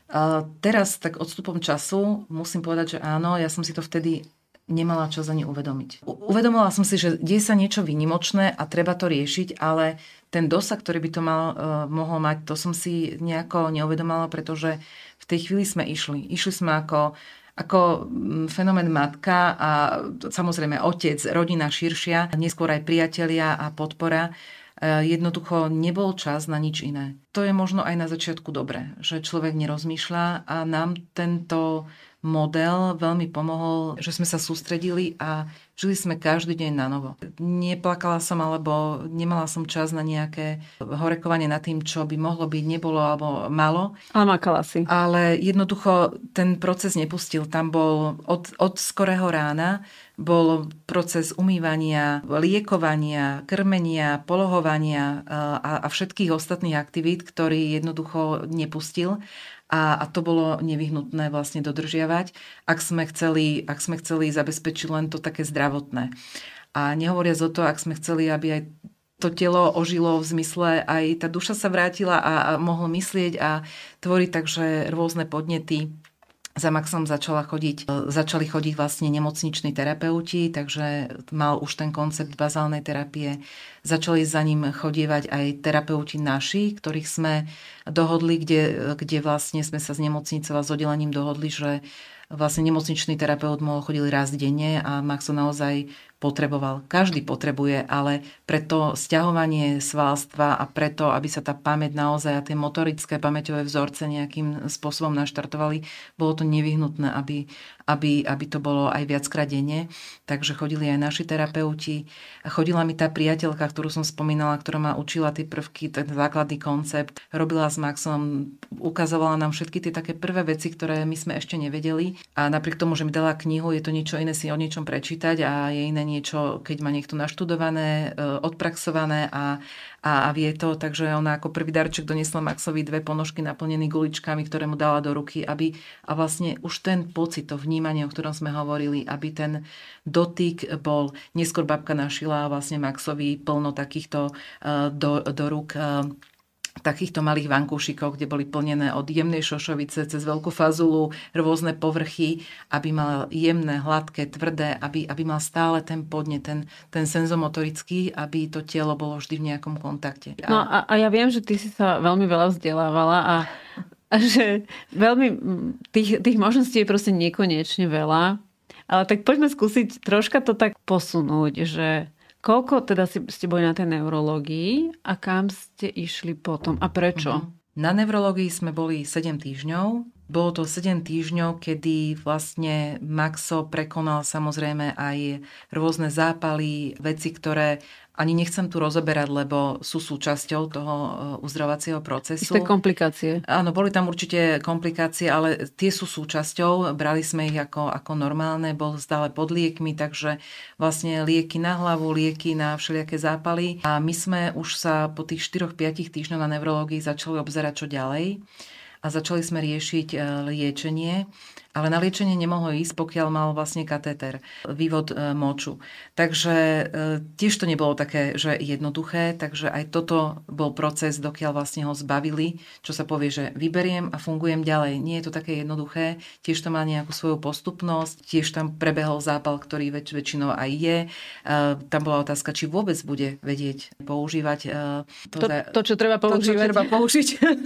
Teraz tak odstupom času musím povedať, že áno, ja som si to vtedy nemala čas ani uvedomiť. Uvedomila som si, že deje sa niečo výnimočné a treba to riešiť, ale ten dosah, ktorý by to mohol mať, to som si nejako neuvedomala, pretože v tej chvíli sme išli. Išli sme ako fenomén matka a samozrejme otec, rodina širšia, neskôr aj priatelia a podpora. Jednoducho nebol čas na nič iné. To je možno aj na začiatku dobré, že človek nerozmýšľa a nám tento model veľmi pomohol, že sme sa sústredili a žili sme každý deň na novo. Neplakala som alebo nemala som čas na nejaké horekovanie nad tým, čo by mohlo byť, nebolo alebo malo. Ale makala si. Ale jednoducho ten proces nepustil. Tam bol od skorého rána bol proces umývania, liekovania, krmenia, polohovania a všetkých ostatných aktivít, ktorý jednoducho nepustil. A to bolo nevyhnutné vlastne dodržiavať, ak sme chceli zabezpečiť len to také zdravotné. A nehovoriac o to, ak sme chceli, aby aj to telo ožilo v zmysle, aj tá duša sa vrátila a mohol myslieť a tvoriť, takže rôzne podnety. Za Maxom začali chodiť vlastne nemocniční terapeuti, takže mal už ten koncept bazálnej terapie. Začali za ním chodievať aj terapeuti naši, ktorých sme dohodli, kde vlastne sme sa s nemocnicou a s oddelením dohodli, že vlastne nemocničný terapeut mohol chodiť raz denne a Max to naozaj potreboval. Každý potrebuje, ale pre to sťahovanie svalstva a preto, aby sa tá pamäť naozaj a tie motorické pamäťové vzorce nejakým spôsobom naštartovali, bolo to nevyhnutné, aby to bolo aj viackrát denne. Takže chodili aj naši terapeuti. Chodila mi tá priateľka, ktorú som spomínala, ktorá ma učila tie prvky, ten základný koncept. Robila s Maxom, ukazovala nám všetky tie také prvé veci, ktoré my sme ešte nevedeli. A napriek tomu, že mi dala knihu, je to niečo iné si o niečom prečítať a je iné niečo, keď má niekto naštudované, odpraxované a vie to. Takže ona ako prvý darček doniesla Maxovi 2 ponožky naplnené guličkami, ktoré mu dala do ruky, a vlastne už ten pocit, to vnímanie, o ktorom sme hovorili, aby ten dotyk bol. Neskôr babka našila vlastne Maxovi plno takýchto do rúk takýchto malých vankúšikov, kde boli plnené od jemnej šošovice cez veľkú fazulu, rôzne povrchy, aby mal jemné, hladké, tvrdé, aby mal stále ten podnet, ten senzomotorický, aby to telo bolo vždy v nejakom kontakte. No a ja viem, že ty si sa veľmi veľa vzdelávala a že veľmi tých možností je proste nekonečne veľa. Ale tak poďme skúsiť troška to tak posunúť, že koľko teda ste boli na tej neurológii a kam ste išli potom a prečo? Na neurológii sme boli 7 týždňov. Bolo to 7 týždňov, kedy vlastne Maxo prekonal samozrejme aj rôzne zápaly, veci, ktoré ani nechcem tu rozoberať, lebo sú súčasťou toho uzdravovacieho procesu. Isté komplikácie. Áno, boli tam určite komplikácie, ale tie sú súčasťou. Brali sme ich ako normálne, bol stále pod liekmi, takže vlastne lieky na hlavu, lieky na všelijaké zápaly. A my sme už sa po tých 4-5 týždňoch na neurológii začali obzerať, čo ďalej. A začali sme riešiť liečenie, ale na liečenie nemohlo ísť, pokiaľ mal vlastne katéter, vývod moču. Takže tiež to nebolo také, že jednoduché, takže aj toto bol proces, dokiaľ vlastne ho zbavili, čo sa povie, že vyberiem a fungujem ďalej. Nie je to také jednoduché, tiež to má nejakú svoju postupnosť, tiež tam prebehol zápal, ktorý väčšinou aj je. Tam bola otázka, či vôbec bude vedieť používať to čo treba používať. To, čo treba použiť.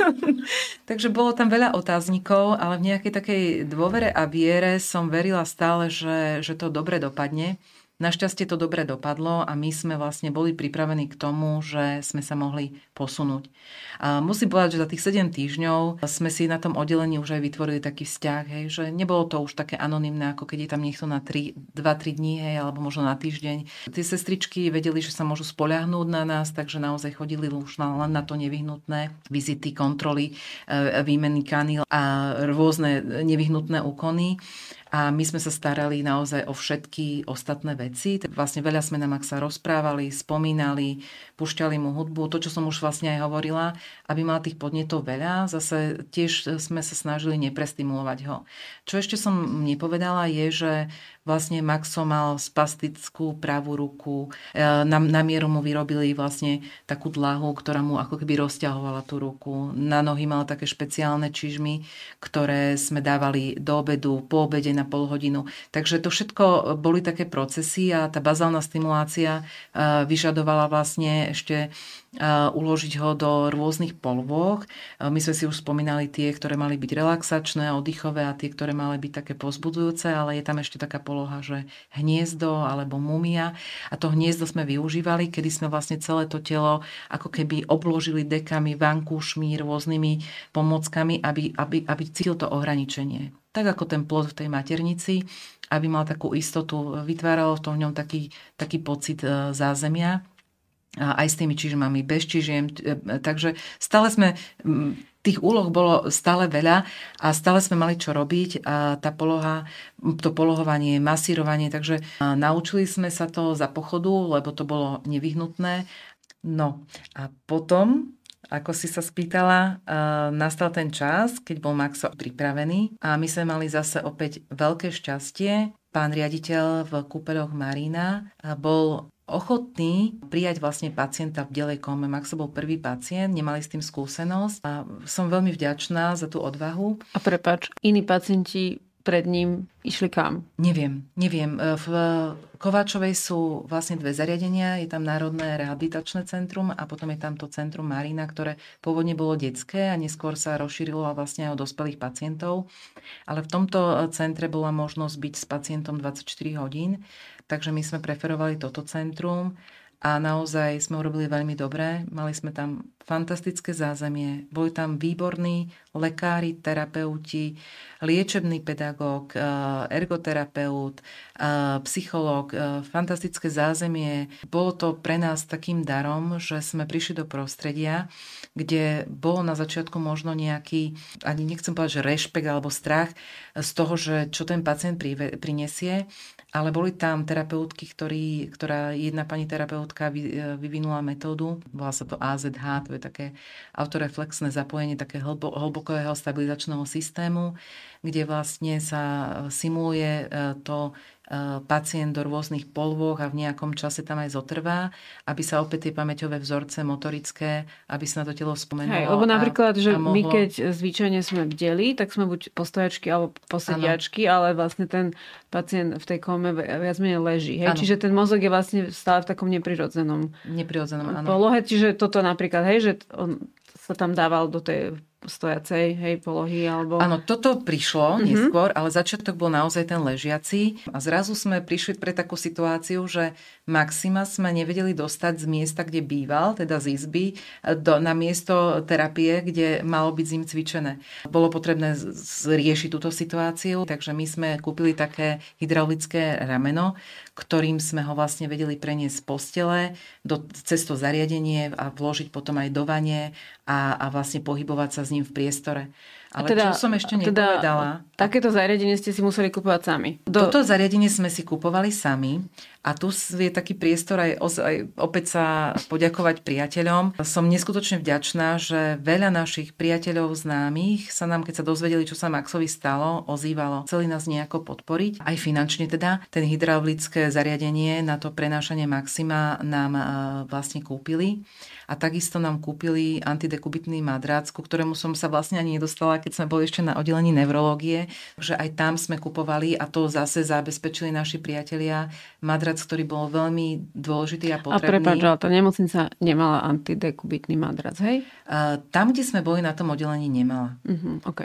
Takže bolo tam veľa otáznikov, ale v nejakej takej dôvere a viere som verila stále, že to dobre dopadne. Našťastie to dobre dopadlo a my sme vlastne boli pripravení k tomu, že sme sa mohli posunúť. A musím povedať, že za tých 7 týždňov sme si na tom oddelení už aj vytvorili taký vzťah, hej, že nebolo to už také anonymné, ako keď je tam niekto na 2-3 dní, hej, alebo možno na týždeň. Tie sestričky vedeli, že sa môžu spoľahnúť na nás, takže naozaj chodili už len na to nevyhnutné vizity, kontroly, výmeny kaníl a rôzne nevyhnutné úkony. A my sme sa starali naozaj o všetky ostatné veci. Vlastne veľa sme na Maxa rozprávali, spomínali, púšťali mu hudbu. To, čo som už vlastne aj hovorila, aby mal tých podnetov veľa. Zase tiež sme sa snažili neprestimulovať ho. Čo ešte som nepovedala je, že vlastne Maxo mal spastickú pravú ruku. Na mieru mu vyrobili vlastne takú dlahu, ktorá mu ako keby rozťahovala tú ruku. Na nohy mal také špeciálne čižmy, ktoré sme dávali do obedu, po obede na pol hodinu. Takže to všetko boli také procesy a tá bazálna stimulácia vyžadovala vlastne ešte uložiť ho do rôznych polôch. My sme si už spomínali tie, ktoré mali byť relaxačné, oddychové a tie, ktoré mali byť také povzbudzujúce, ale je tam ešte taká poloha, že hniezdo alebo mumia. A to hniezdo sme využívali, kedy sme vlastne celé to telo ako keby obložili dekami, vankúšmi, rôznymi pomockami, aby cítil to ohraničenie. Tak ako ten plod v tej maternici, aby mal takú istotu, vytváralo to v ňom taký pocit zázemia. Aj s tými čižmami, bez čižiem. Takže stále sme, tých úloh bolo stále veľa a stále sme mali čo robiť a tá poloha, to polohovanie, masírovanie, takže naučili sme sa to za pochodu, lebo to bolo nevyhnutné. No a potom, ako si sa spýtala, nastal ten čas, keď bol Maxo pripravený a my sme mali zase opäť veľké šťastie. Pán riaditeľ v kúpeľoch Marina bol ochotný prijať vlastne pacienta v bielej kóme. Maxo bol prvý pacient, nemali s tým skúsenosť a som veľmi vďačná za tú odvahu. A prepáč, iní pacienti pred ním išli kam? Neviem. V Kováčovej sú vlastne 2 zariadenia. Je tam Národné rehabilitačné centrum a potom je tam to centrum Marina, ktoré pôvodne bolo detské a neskôr sa rozšírilo vlastne aj o dospelých pacientov. Ale v tomto centre bola možnosť byť s pacientom 24 hodín, takže my sme preferovali toto centrum a naozaj sme urobili veľmi dobre. Mali sme tam fantastické zázemie. Boli tam výborní lekári, terapeuti, liečebný pedagóg, ergoterapeut, psychológ, fantastické zázemie. Bolo to pre nás takým darom, že sme prišli do prostredia, kde bolo na začiatku možno nejaký, ani nechcem povedať, že rešpekt alebo strach z toho, že čo ten pacient prinesie, ale boli tam terapeutky, ktorá jedna pani terapeutka vyvinula metódu, volá sa to AZH, to je také autoreflexné zapojenie také hlbokého stabilizačného systému, kde vlastne sa simuluje to pacient do rôznych polôch a v nejakom čase tam aj zotrvá, aby sa opäť tie pamäťové vzorce motorické, aby sa na to telo spomenulo. Hej, lebo napríklad, že my keď zvyčajne sme bdeli, tak sme buď postojačky alebo posediačky, ale vlastne ten pacient v tej kóme viac menej leží. Hej? Čiže ten mozog je vlastne stále v takom neprirodzenom polohe. Čiže toto napríklad, hej, že on sa tam dával do tej stojacej, hej, polohy, alebo... Áno, toto prišlo neskôr, ale začiatok bol naozaj ten ležiaci a zrazu sme prišli pre takú situáciu, že Maxima sme nevedeli dostať z miesta, kde býval, teda z izby, na miesto terapie, kde malo byť s ním cvičené. Bolo potrebné riešiť túto situáciu, takže my sme kúpili také hydraulické rameno, ktorým sme ho vlastne vedeli preniesť z postele cez to zariadenie a vložiť potom aj do vane a vlastne pohybovať sa s ním v priestore. Ale čo som ešte nepovedala... Takéto zariadenie ste si museli kupovať sami. Toto zariadenie sme si kupovali sami a tu je taký priestor aj opäť sa poďakovať priateľom. Som neskutočne vďačná, že veľa našich priateľov známych sa nám, keď sa dozvedeli, čo sa Maxovi stalo, ozývalo. Chceli nás nejako podporiť, aj finančne teda. Ten hydraulické zariadenie na to prenášanie Maxima nám vlastne kúpili. A takisto nám kúpili antidekubitný madrac, ku ktorému som sa vlastne ani nedostala, keď sme boli ešte na oddelení neurológie. Takže aj tam sme kupovali a to zase zabezpečili naši priatelia. Madrac, ktorý bol veľmi dôležitý a potrebný. A prepáč, ale tá nemocnica nemala antidekubitný madrac, hej? Tam, kde sme boli na tom oddelení, nemala. Okay.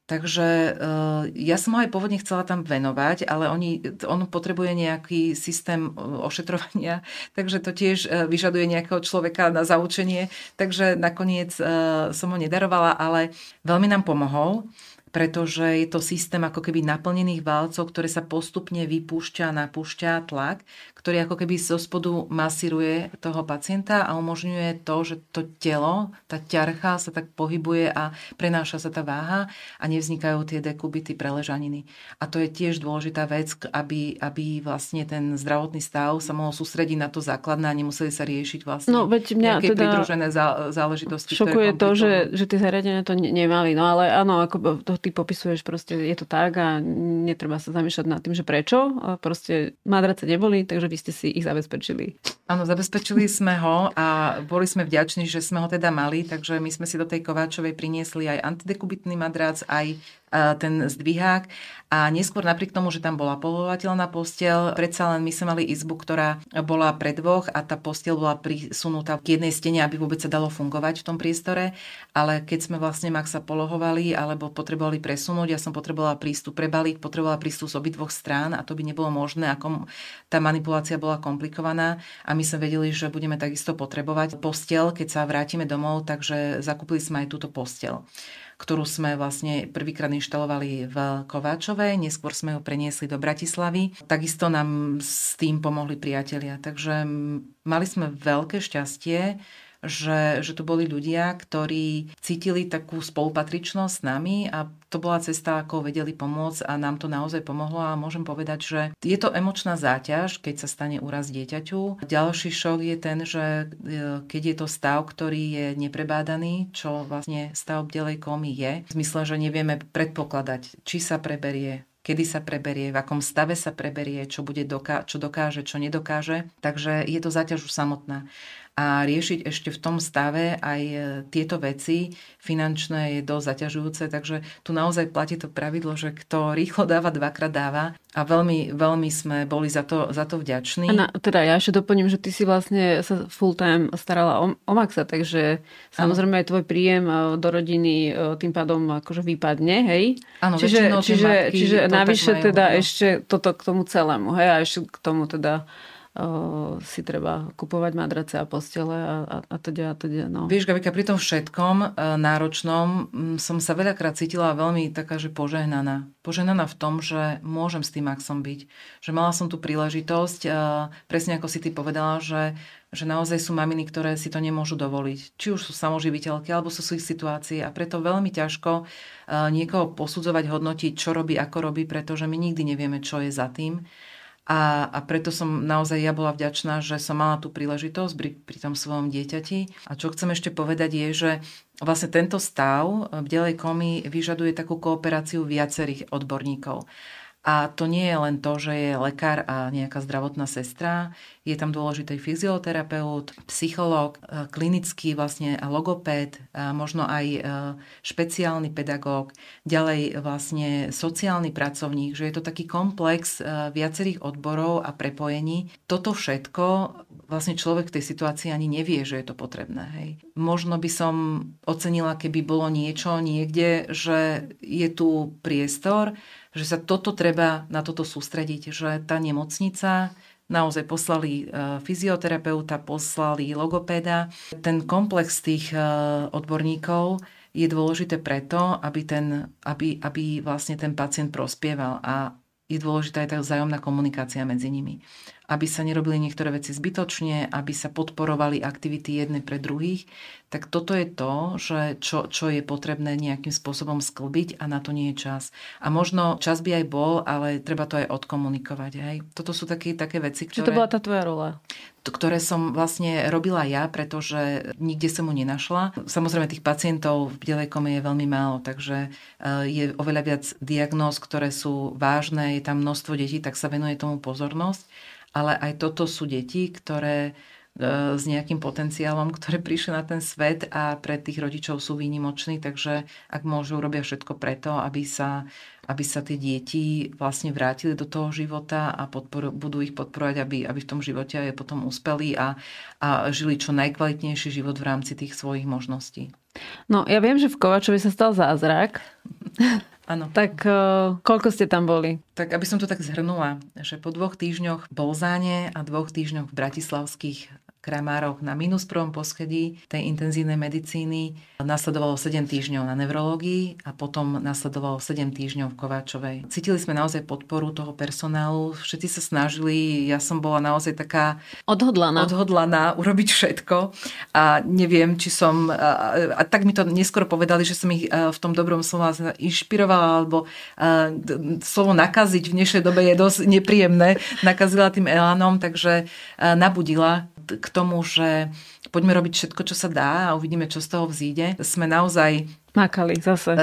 Takže ja som ho aj pôvodne chcela tam venovať, ale on potrebuje nejaký systém ošetrovania, takže to tiež vyžaduje nejakého človeka na zaučenie, takže nakoniec som ho nedarovala, ale veľmi nám pomohol, pretože je to systém ako keby naplnených válcov, ktoré sa postupne vypúšťa, napúšťa tlak, ktorý ako keby zo spodu masíruje toho pacienta a umožňuje to, že to telo, tá ťarcha sa tak pohybuje a prenáša sa tá váha a nevznikajú tie dekubity, preležaniny. A to je tiež dôležitá vec, aby vlastne ten zdravotný stav sa mohol sústrediť na to základné a nemuseli sa riešiť vlastne nejaké teda pridružené záležitosti. Šokuje to, že tie zariadenia to nemali. No ale áno, ako ty popisuješ, proste je to tak a netreba sa zamýšľať nad tým, že prečo. Proste madrace neboli, takže vy ste si ich zabezpečili. Áno, zabezpečili sme ho a boli sme vďační, že sme ho teda mali, takže my sme si do tej Kováčovej priniesli aj antidekubitný madrac, aj ten zdvihák a neskôr napriek tomu, že tam bola polovateľná posteľ, predsa len my sme mali izbu, ktorá bola pre dvoch a tá posteľ bola prisunutá k jednej stene, aby vôbec sa dalo fungovať v tom priestore, ale keď sme vlastne Maxa polohovali alebo potrebovali presunúť, ja som potrebovala prístup pre balík, potrebovala prístup z obidvoch strán a to by nebolo možné, ako tá manipulácia bola komplikovaná a my sme vedeli, že budeme takisto potrebovať posteľ, keď sa vrátime domov, takže zakúpili sme aj túto posteľ, ktorú sme vlastne prvýkrát inštalovali v Kováčovej, neskôr sme ho preniesli do Bratislavy. Takisto nám s tým pomohli priatelia. Takže mali sme veľké šťastie, že tu boli ľudia, ktorí cítili takú spolupatričnosť s nami a to bola cesta, ako vedeli pomôcť a nám to naozaj pomohlo a môžem povedať, že je to emočná záťaž, keď sa stane úraz dieťaťu. Ďalší šok je ten, že keď je to stav, ktorý je neprebádaný, čo vlastne stav bdelej kómy je, v zmysle, že nevieme predpokladať, či sa preberie, kedy sa preberie, v akom stave sa preberie, čo dokáže, čo nedokáže. Takže je to záťaž už samotná. A riešiť ešte v tom stave aj tieto veci finančné je dosť zaťažujúce, takže tu naozaj platí to pravidlo, že kto rýchlo dáva, dvakrát dáva a veľmi, veľmi sme boli za to vďační. Teda ja ešte doplním, že ty si vlastne sa full time starala o Maxa, takže samozrejme aj tvoj príjem do rodiny tým pádom akože vypadne, hej? Áno, čiže navyše teda ešte toto k tomu celému, hej? A ešte k tomu teda si treba kupovať madrace a postele a teda. No. Vieš, Gabika, pri tom všetkom náročnom som sa veľakrát cítila veľmi taká, že požehnaná. Požehnaná v tom, že môžem s tým Maxom byť. Že mala som tú príležitosť, presne ako si ty povedala, že naozaj sú maminy, ktoré si to nemôžu dovoliť. Či už sú samoživiteľky, alebo sú v situácii a preto veľmi ťažko niekoho posudzovať, hodnotiť, čo robí, ako robí, pretože my nikdy nevieme, čo je za tým. A preto som naozaj ja bola vďačná, že som mala tú príležitosť pri tom svojom dieťati. A čo chcem ešte povedať je, že vlastne tento stav bdelej kómy vyžaduje takú kooperáciu viacerých odborníkov. A to nie je len to, že je lekár a nejaká zdravotná sestra. Je tam dôležitý fyzioterapeut, psychológ, klinický vlastne logopéd, možno aj špeciálny pedagóg, ďalej vlastne sociálny pracovník, že je to taký komplex viacerých odborov a prepojení. Toto všetko vlastne človek v tej situácii ani nevie, že je to potrebné. Hej. Možno by som ocenila, keby bolo niečo niekde, že je tu priestor, že sa treba na toto sústrediť, že tá nemocnica naozaj poslali fyzioterapeuta, poslali logopéda. Ten komplex tých odborníkov je dôležité preto, aby vlastne ten pacient prospieval a je dôležitá aj tá vzájomná komunikácia medzi nimi. Aby sa nerobili niektoré veci zbytočne, aby sa podporovali aktivity jedné pre druhých, tak toto je to, že čo je potrebné nejakým spôsobom sklbiť a na to nie je čas. A možno čas by aj bol, ale treba to aj odkomunikovať. Hej. Toto sú také veci, ktoré... Čo to bola tá tvoja rola? Ktoré som vlastne robila ja, pretože nikde som mu nenašla. Samozrejme, tých pacientov v bdelej kóme je veľmi málo, takže je oveľa viac diagnóz, ktoré sú vážne, je tam množstvo detí, tak sa venuje tomu pozornosť. Ale aj toto sú deti, ktoré s nejakým potenciálom, ktoré prišli na ten svet a pre tých rodičov sú výnimoční, takže ak môžu, robia všetko preto, aby sa tie deti vlastne vrátili do toho života a budú ich podporovať, aby v tom živote aj potom uspeli a žili čo najkvalitnejší život v rámci tých svojich možností. No, ja viem, že v Kováčovi sa stal zázrak. Áno. Tak koľko ste tam boli? Tak aby som to tak zhrnula, že po 2 týždňoch v Bolzáne a 2 týždňoch v bratislavských Kramároch na -1. poschodí tej intenzívnej medicíny nasledovalo 7 týždňov na neurológii a potom nasledovalo 7 týždňov v Kováčovej. Cítili sme naozaj podporu toho personálu, všetci sa snažili, ja som bola naozaj taká odhodlaná urobiť všetko a neviem, či som, a tak mi to neskôr povedali, že som ich v tom dobrom slova inšpirovala, alebo slovo nakaziť v dnešnej dobe je dosť nepríjemné, nakazila tým elánom, takže nabudila k tomu, že poďme robiť všetko, čo sa dá a uvidíme, čo z toho vzíde. Sme naozaj makali zase.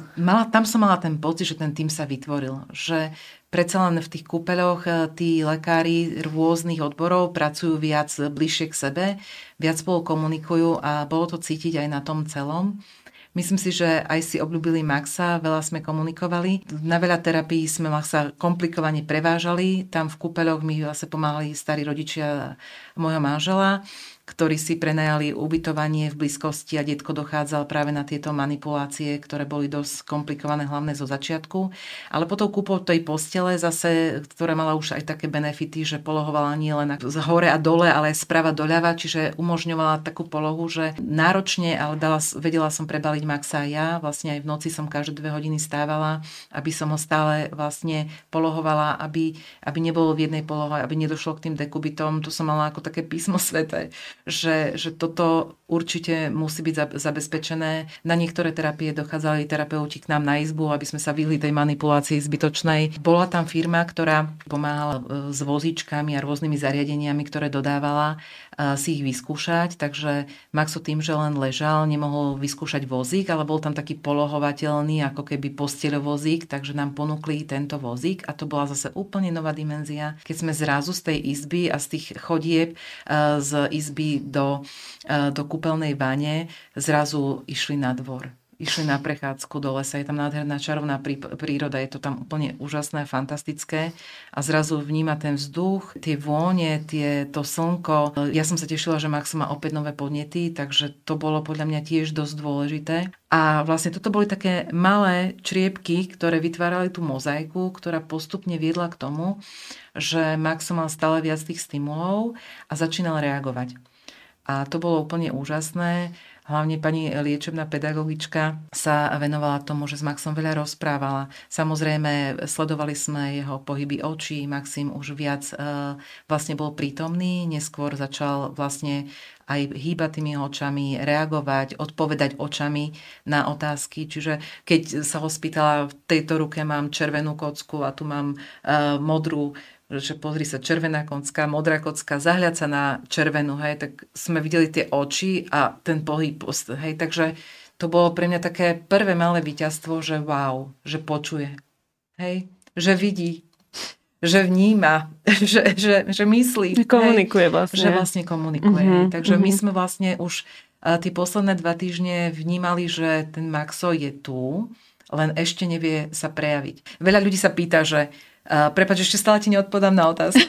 Tam som mala ten pocit, že ten tým sa vytvoril. Že predsa len v tých kúpeľoch tí lekári rôznych odborov pracujú viac bližšie k sebe, viac spolu komunikujú a bolo to cítiť aj na tom celom. Myslím si, že aj si obľúbili Maxa, veľa sme komunikovali. Na veľa terapií sme Maxa komplikovane prevážali. Tam v kúpeľoch mi vlastne pomáhali starí rodičia môjho manžela, ktorí si prenajali ubytovanie v blízkosti a detko dochádzal práve na tieto manipulácie, ktoré boli dosť komplikované, hlavne zo začiatku. Ale potom kúpou tej postele zase, ktorá mala už aj také benefity, že polohovala nie len z hore a dole, ale aj sprava doľava, čiže umožňovala takú polohu, že náročne, ale vedela som prebaliť Maxa aj ja. Vlastne aj v noci som každé 2 hodiny stávala, aby som ho stále vlastne polohovala, aby nebolo v jednej polohe, aby nedošlo k tým dekubitom. To som mala ako také písmo sväté, že toto určite musí byť zabezpečené. Na niektoré terapie dochádzali terapeuti k nám na izbu, aby sme sa vyhli tej manipulácii zbytočnej. Bola tam firma, ktorá pomáhala s vozíčkami a rôznymi zariadeniami, ktoré dodávala, si ich vyskúšať, takže Maxo tým, že len ležal, nemohol vyskúšať vozík, ale bol tam taký polohovateľný, ako keby posteľovozík, takže nám ponúkli tento vozík a to bola zase úplne nová dimenzia. Keď sme zrazu z tej izby a z tých chodieb z izby do kúpeľnej bane zrazu išli na dvor. Išli na prechádzku do lesa, je tam nádherná čarovná príroda, je to tam úplne úžasné, fantastické a zrazu vníma ten vzduch, tie vône, to slnko. Ja som sa tešila, že Max má opäť nové podnety, takže to bolo podľa mňa tiež dosť dôležité. A vlastne toto boli také malé čriepky, ktoré vytvárali tú mozaiku, ktorá postupne viedla k tomu, že Max mal stále viac tých stimulov a začínal reagovať. A to bolo úplne úžasné. Hlavne pani liečebná pedagogička sa venovala tomu, že s Maxom veľa rozprávala. Samozrejme, sledovali sme jeho pohyby očí. Maxim už viac vlastne bol prítomný. Neskôr začal vlastne aj hýbať tými očami, reagovať, odpovedať očami na otázky. Čiže keď sa ho spýtala, v tejto ruke mám červenú kocku a tu mám modrú, že pozri sa, červená kocka, modrá kocka, zahľad sa na červenú, hej, tak sme videli tie oči a ten pohyb, hej, takže to bolo pre mňa také prvé malé víťazstvo, že wow, že počuje, hej, že vidí, že vníma, že myslí. Komunikuje vlastne. Že vlastne komunikuje. Mm-hmm, takže my sme vlastne už tie posledné 2 týždne vnímali, že ten Maxo je tu, len ešte nevie sa prejaviť. Veľa ľudí sa pýta, že prepáč, ešte stále ti neodpovedám na otázku.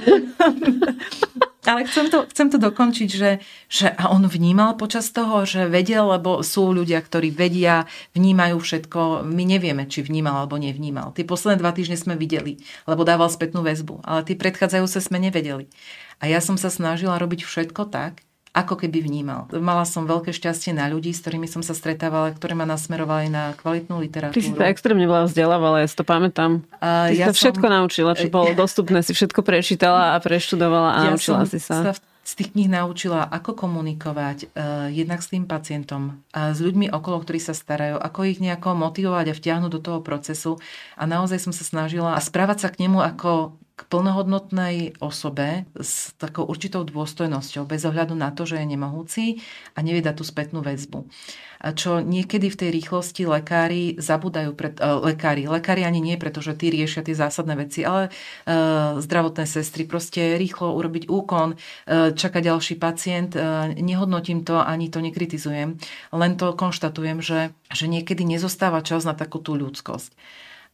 Ale chcem to dokončiť, že a on vnímal počas toho, že vedel, lebo sú ľudia, ktorí vedia, vnímajú všetko. My nevieme, či vnímal alebo nevnímal. Tie posledné 2 týždne sme videli, lebo dával spätnú väzbu. Ale tie predchádzajúce sme nevedeli. A ja som sa snažila robiť všetko tak, ako keby vnímal. Mala som veľké šťastie na ľudí, s ktorými som sa stretávala, ktorí ma nasmerovali na kvalitnú literatúru. Ty si sa extrémne veľa vzdelávala, ja si to pamätám. Ty sa všetko naučila, čo bolo dostupné, si všetko prečítala a preštudovala a naučila si sa. Z tých kníh naučila, ako komunikovať jednak s tým pacientom a s ľuďmi okolo, ktorí sa starajú, ako ich nejako motivovať a vtiahnuť do toho procesu. A naozaj som sa snažila správať sa k nemu ako k plnohodnotnej osobe s takou určitou dôstojnosťou, bez ohľadu na to, že je nemohúci a nevie dať tú spätnú väzbu. Čo niekedy v tej rýchlosti lekári zabúdajú, lekári ani nie, pretože tí riešia tie zásadné veci, ale zdravotné sestry proste rýchlo urobiť úkon, čaká ďalší pacient, nehodnotím to, ani to nekritizujem, len to konštatujem, že niekedy nezostáva čas na takú tú ľudskosť.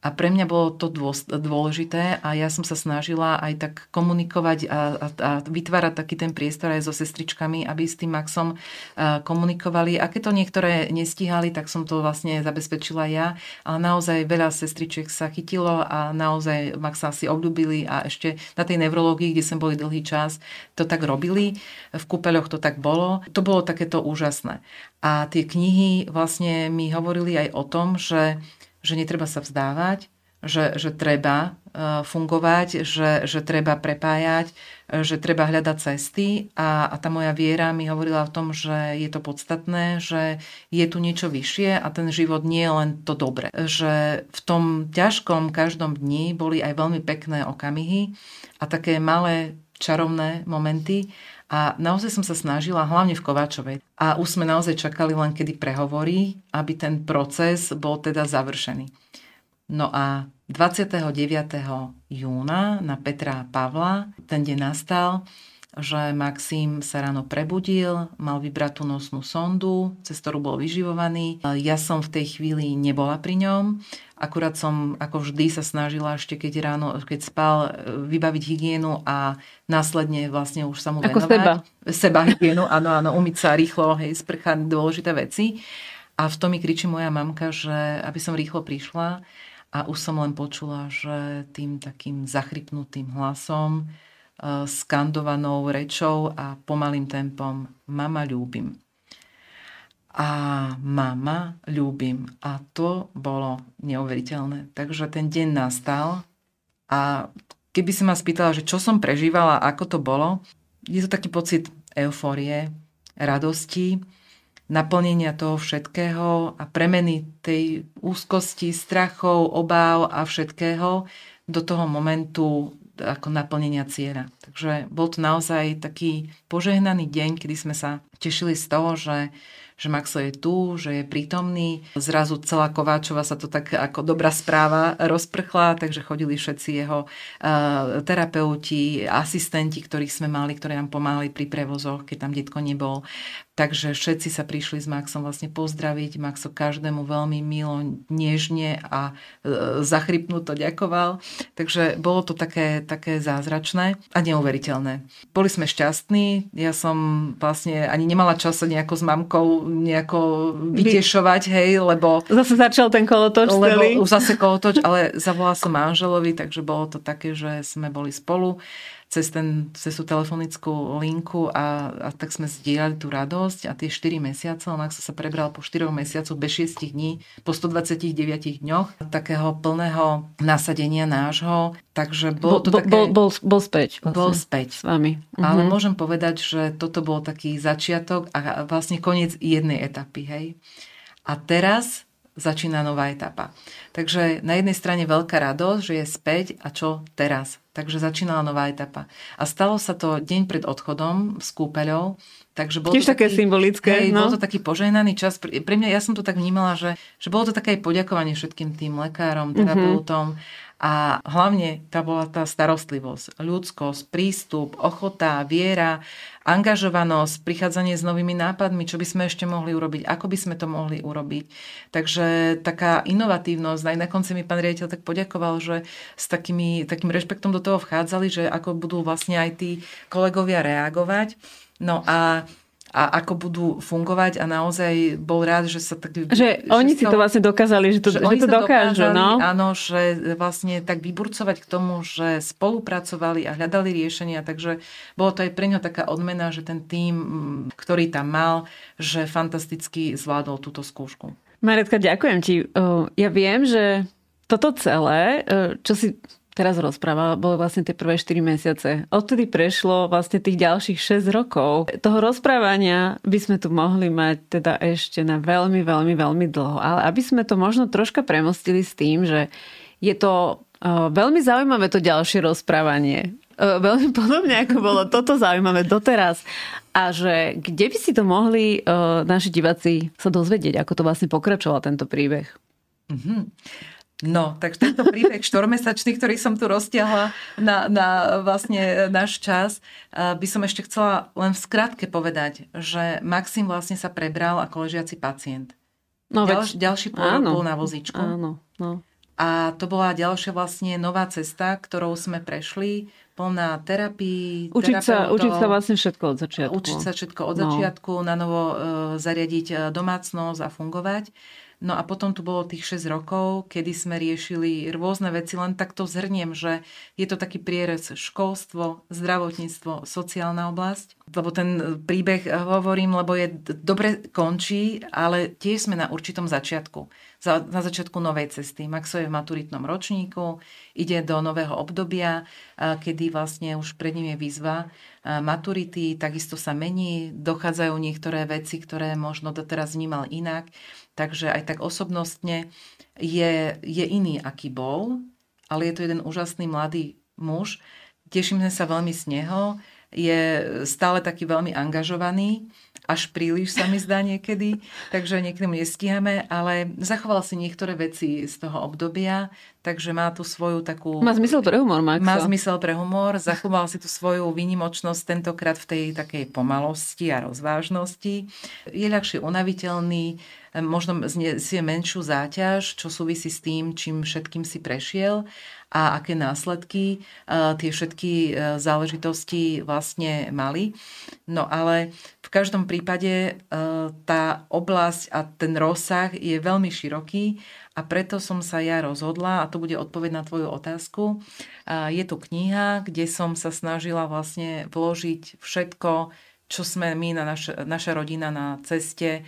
A pre mňa bolo to dôležité a ja som sa snažila aj tak komunikovať a vytvárať taký ten priestor aj so sestričkami, aby s tým Maxom komunikovali. A keď to niektoré nestíhali, tak som to vlastne zabezpečila ja. Ale naozaj veľa sestričiek sa chytilo a naozaj Maxa si obľúbili a ešte na tej neurológii, kde sme boli dlhý čas, to tak robili. V kúpeľoch to tak bolo. To bolo takéto úžasné. A tie knihy vlastne mi hovorili aj o tom, že netreba sa vzdávať, že treba fungovať, že treba prepájať, že treba hľadať cesty a tá moja viera mi hovorila o tom, že je to podstatné, že je tu niečo vyššie a ten život nie je len to dobre. Že v tom ťažkom každom dni boli aj veľmi pekné okamihy a také malé čarovné momenty. A naozaj som sa snažila, hlavne v Kováčovej. A už sme naozaj čakali len, kedy prehovorí, aby ten proces bol teda završený. No a 29. júna na Petra a Pavla ten deň nastal, že Maxim sa ráno prebudil, mal vybrať tú nosnú sondu, cez ktorú bol vyživovaný. Ja som v tej chvíli nebola pri ňom. Akurát som ako vždy sa snažila ešte keď spal, vybaviť hygienu a následne vlastne už sa mu venovať. Seba hygienu, áno, umyť sa rýchlo, sprchať dôležité veci. A v tom mi kričí moja mamka, že aby som rýchlo prišla a už som len počula, že tým takým zachrypnutým hlasom, skandovanou rečou a pomalým tempom mama, ľúbim. A mama, ľúbim. A to bolo neuveriteľné. Takže ten deň nastal a keby si ma spýtala, že čo som prežívala, ako to bolo, je to taký pocit eufórie, radosti, naplnenia toho všetkého a premeny tej úzkosti, strachov, obáv a všetkého do toho momentu ako naplnenia cieľa. Takže bol to naozaj taký požehnaný deň, kedy sme sa tešili z toho, že Maxo je tu, že je prítomný. Zrazu celá Kováčova sa to tak ako dobrá správa rozprchla, takže chodili všetci jeho terapeuti, asistenti, ktorých sme mali, ktorí nám pomáhali pri prevozoch, keď tam detko nebol. Takže všetci sa prišli s Maxom vlastne pozdraviť. Maxo každému veľmi milo, nežne a zachrypnuto ďakoval. Takže bolo to také zázračné a neuveriteľné. Boli sme šťastní. Ja som vlastne ani nemala čas sa nejako s mamkou nejako vytešovať, lebo... Zase začal ten kolotoč celý. Zase kolotoč, ale zavolala som manželovi, takže bolo to také, že sme boli spolu cez tú telefonickú linku a tak sme zdieľali tú radosť a tie 4 mesiace, Max sa prebral po 4 mesiacoch bez 6 dní, po 129 dňoch takého plného nasadenia nášho. Takže bolo to také... Bol späť. Vlastne, bol späť. S vami. Ale môžem povedať, že toto bol taký začiatok a vlastne koniec jednej etapy. Hej. A teraz začína nová etapa. Takže na jednej strane veľká radosť, že je späť a čo teraz? Takže začínala nová etapa. A stalo sa to deň pred odchodom s kúpeľou. Takže bolo tiež to také symbolické. Bol to taký požehnaný čas. Pre mňa, ja som to tak vnímala, že bolo to také poďakovanie všetkým tým lekárom, terapeutom. A hlavne bola tá starostlivosť, ľudskosť, prístup, ochota, viera, angažovanosť, prichádzanie s novými nápadmi, čo by sme ešte mohli urobiť, ako by sme to mohli urobiť. Takže taká inovatívnosť. Aj na konci mi pán riaditeľ tak poďakoval, že s takým rešpektom do toho vchádzali, že ako budú vlastne aj tí kolegovia reagovať. No a ako budú fungovať a naozaj bol rád, že sa tak... Že oni si to vlastne dokázali, že to dokážu, no? Áno, že vlastne tak vyburcovať k tomu, že spolupracovali a hľadali riešenia, takže bolo to aj pre ňo taká odmena, že ten tím, ktorý tam mal, že fantasticky zvládol túto skúšku. Maretka, ďakujem ti. Ja viem, že toto celé, čo si teraz rozprávala, bolo vlastne tie prvé 4 mesiace. Odtedy prešlo vlastne tých ďalších 6 rokov. Toho rozprávania by sme tu mohli mať teda ešte na veľmi, veľmi, veľmi dlho. Ale aby sme to možno troška premostili s tým, že je to veľmi zaujímavé to ďalšie rozprávanie. Veľmi podobne, ako bolo toto zaujímavé doteraz. A že kde by si to mohli naši diváci sa dozvedieť, ako to vlastne pokračoval tento príbeh? No, tak tento príbeh 4-mesačný, ktorý som tu roztiahla na vlastne náš čas, by som ešte chcela len v skratke povedať, že Maxim vlastne sa prebral ako ležiaci pacient. No, ďalší pôrok bol na vozíčku. Áno. A to bola ďalšia vlastne nová cesta, ktorou sme prešli, plná terapii, učiť sa vlastne všetko od začiatku. Učiť sa všetko od začiatku, na novo zariadiť domácnosť a fungovať. No a potom tu bolo tých 6 rokov, kedy sme riešili rôzne veci, len takto zhrniem, že je to taký prierez školstvo, zdravotníctvo, sociálna oblasť. Lebo ten príbeh hovorím, lebo je dobre končí, ale tiež sme na určitom začiatku. Na začiatku novej cesty. Maxo je v maturitnom ročníku, ide do nového obdobia, kedy vlastne už pred ním je výzva maturity, takisto sa mení, dochádzajú niektoré veci, ktoré možno doteraz vnímal inak. Takže aj tak osobnostne je iný, aký bol, ale je to jeden úžasný mladý muž. Tešíme sa veľmi z neho. Je stále taký veľmi angažovaný, až príliš sa mi zdá niekedy, takže niekedy mu nestíhame, ale zachoval si niektoré veci z toho obdobia, takže má tu svoju takú... Má zmysel pre humor, Maxo. Má zmysel pre humor, zachoval si tu svoju výnimočnosť tentokrát v tej takej pomalosti a rozvážnosti. Je ľahšie unaviteľný, možno si je menšiu záťaž, čo súvisí s tým, čím všetkým si prešiel a aké následky tie všetky záležitosti vlastne mali. No ale v každom prípade tá oblasť a ten rozsah je veľmi široký a preto som sa ja rozhodla, a to bude odpoveď na tvoju otázku. Je to kniha, kde som sa snažila vlastne vložiť všetko, čo sme my, naša rodina na ceste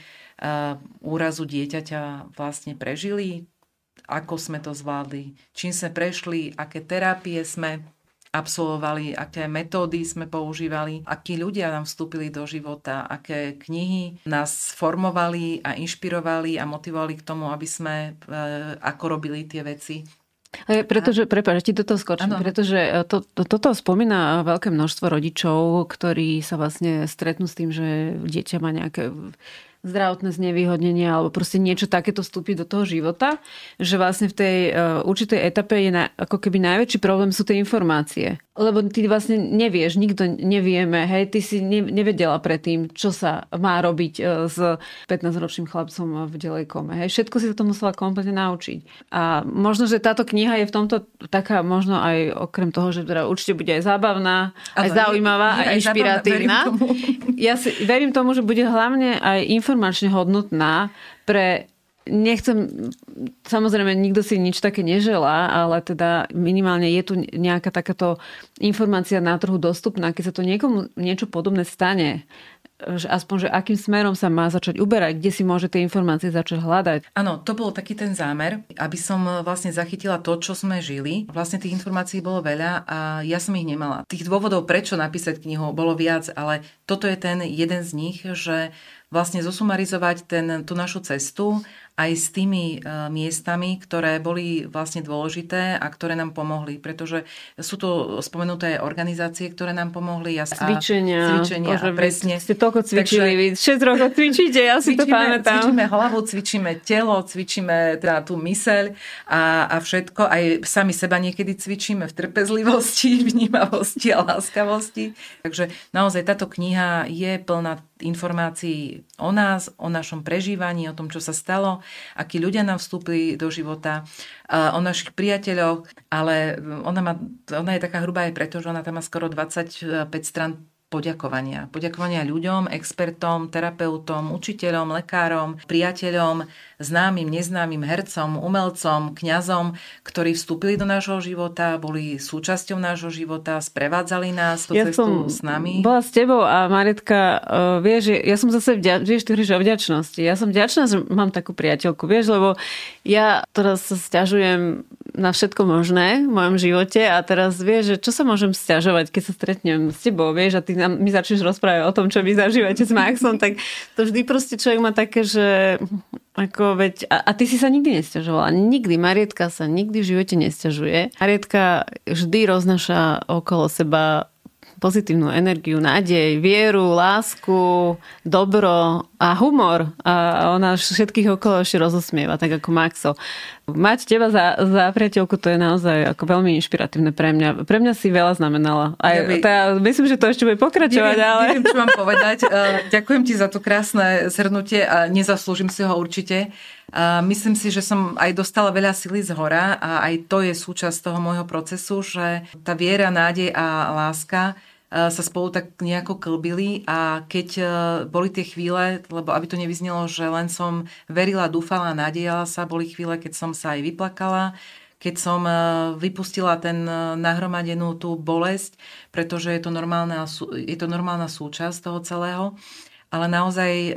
úrazu dieťaťa vlastne prežili, ako sme to zvládli, čím sme prešli, aké terapie sme absolvovali, aké metódy sme používali, akí ľudia nám vstúpili do života, aké knihy nás formovali a inšpirovali a motivovali k tomu, aby sme ako robili tie veci. Pretože, prepáč, ti do toho skočím, pretože toto spomína veľké množstvo rodičov, ktorí sa vlastne stretnú s tým, že dieťa má nejaké zdravotné znevýhodnenie alebo proste niečo takéto vstúpi do toho života, že vlastne v tej určitej etape je ako keby najväčší problém sú tie informácie. Lebo ty vlastne nevieš, nikto nevieme, hej, ty si nevedela predtým, čo sa má robiť s 15-ročným chlapcom v delej kome. Hej. Všetko si to musela kompletne naučiť. A možno, že táto kniha je v tomto taká možno aj okrem toho, že teda určite bude aj zábavná, aj zaujímavá, aj inšpiratívna. Ja si verím tomu, že bude hlavne aj informačne hodnotná pre... Nechcem, samozrejme, nikto si nič také neželá, ale teda minimálne je tu nejaká takáto informácia na trhu dostupná, keď sa to niekomu niečo podobné stane, že aspoň, že akým smerom sa má začať uberať, kde si môže tie informácie začať hľadať. Áno, to bol taký ten zámer, aby som vlastne zachytila to, čo sme žili. Vlastne tých informácií bolo veľa a ja som ich nemala. Tých dôvodov, prečo napísať knihu, bolo viac, ale toto je ten jeden z nich, že vlastne zosumarizovať tú našu cestu aj s tými miestami, ktoré boli vlastne dôležité a ktoré nám pomohli, pretože sú tu spomenuté organizácie, ktoré nám pomohli. Cvičenia, presne. Ste toľko cvičili, vy 6 rokov cvičíte, ja si to pamätám. Cvičíme hlavu, cvičíme telo, cvičíme teda tú myseľ a všetko. Aj sami seba niekedy cvičíme v trpezlivosti, vnímavosti a láskavosti. Takže naozaj táto kniha je plná informácií o nás, o našom prežívaní, o tom, čo sa stalo, akí ľudia nám vstúpili do života, o našich priateľoch, ale ona je taká hrubá aj preto, že ona tam má skoro 25 strán poďakovania. Poďakovania ľuďom, expertom, terapeutom, učiteľom, lekárom, priateľom, známym, neznámym, hercom, umelcom, kňazom, ktorí vstúpili do nášho života, boli súčasťou nášho života, sprevádzali nás tú cestu s nami. Bola s tebou a Maretka, vieš, ja som zase vieš, ty hovoríš o vďačnosti. Ja som vďačná, že mám takú priateľku, vieš, lebo ja teraz sa sťažujem na všetko možné v mojom živote a teraz vieš, že čo sa môžem sťažovať, keď sa stretnem s tebou, vieš, a ty mi začneš rozprávať o tom, čo vy zažívate s Maxom, tak to vždy proste človek má také, že ako veď, a ty si sa nikdy nesťažovala. Nikdy. Marietka sa nikdy v živote nesťažuje. Marietka vždy roznáša okolo seba pozitívnu energiu, nádej, vieru, lásku, dobro a humor. A ona všetkých okolo ešte rozosmieva, tak ako Maxo. Mať teba za priateľku, to je naozaj ako veľmi inšpiratívne pre mňa. Pre mňa si veľa znamenala. Myslím, že to ešte bude pokračovať, neviem, čo mám povedať. Ďakujem ti za to krásne zhrnutie a nezaslúžim si ho určite. Myslím si, že som aj dostala veľa sily z hora a aj to je súčasť toho môjho procesu, že tá viera, nádej a láska sa spolu tak nejako klbili a keď boli tie chvíle, lebo aby to nevyznelo, že len som verila, dúfala a nádejala sa, boli chvíle, keď som sa aj vyplakala, keď som vypustila ten nahromadenú tú bolesť, pretože je to normálna súčasť toho celého. Ale naozaj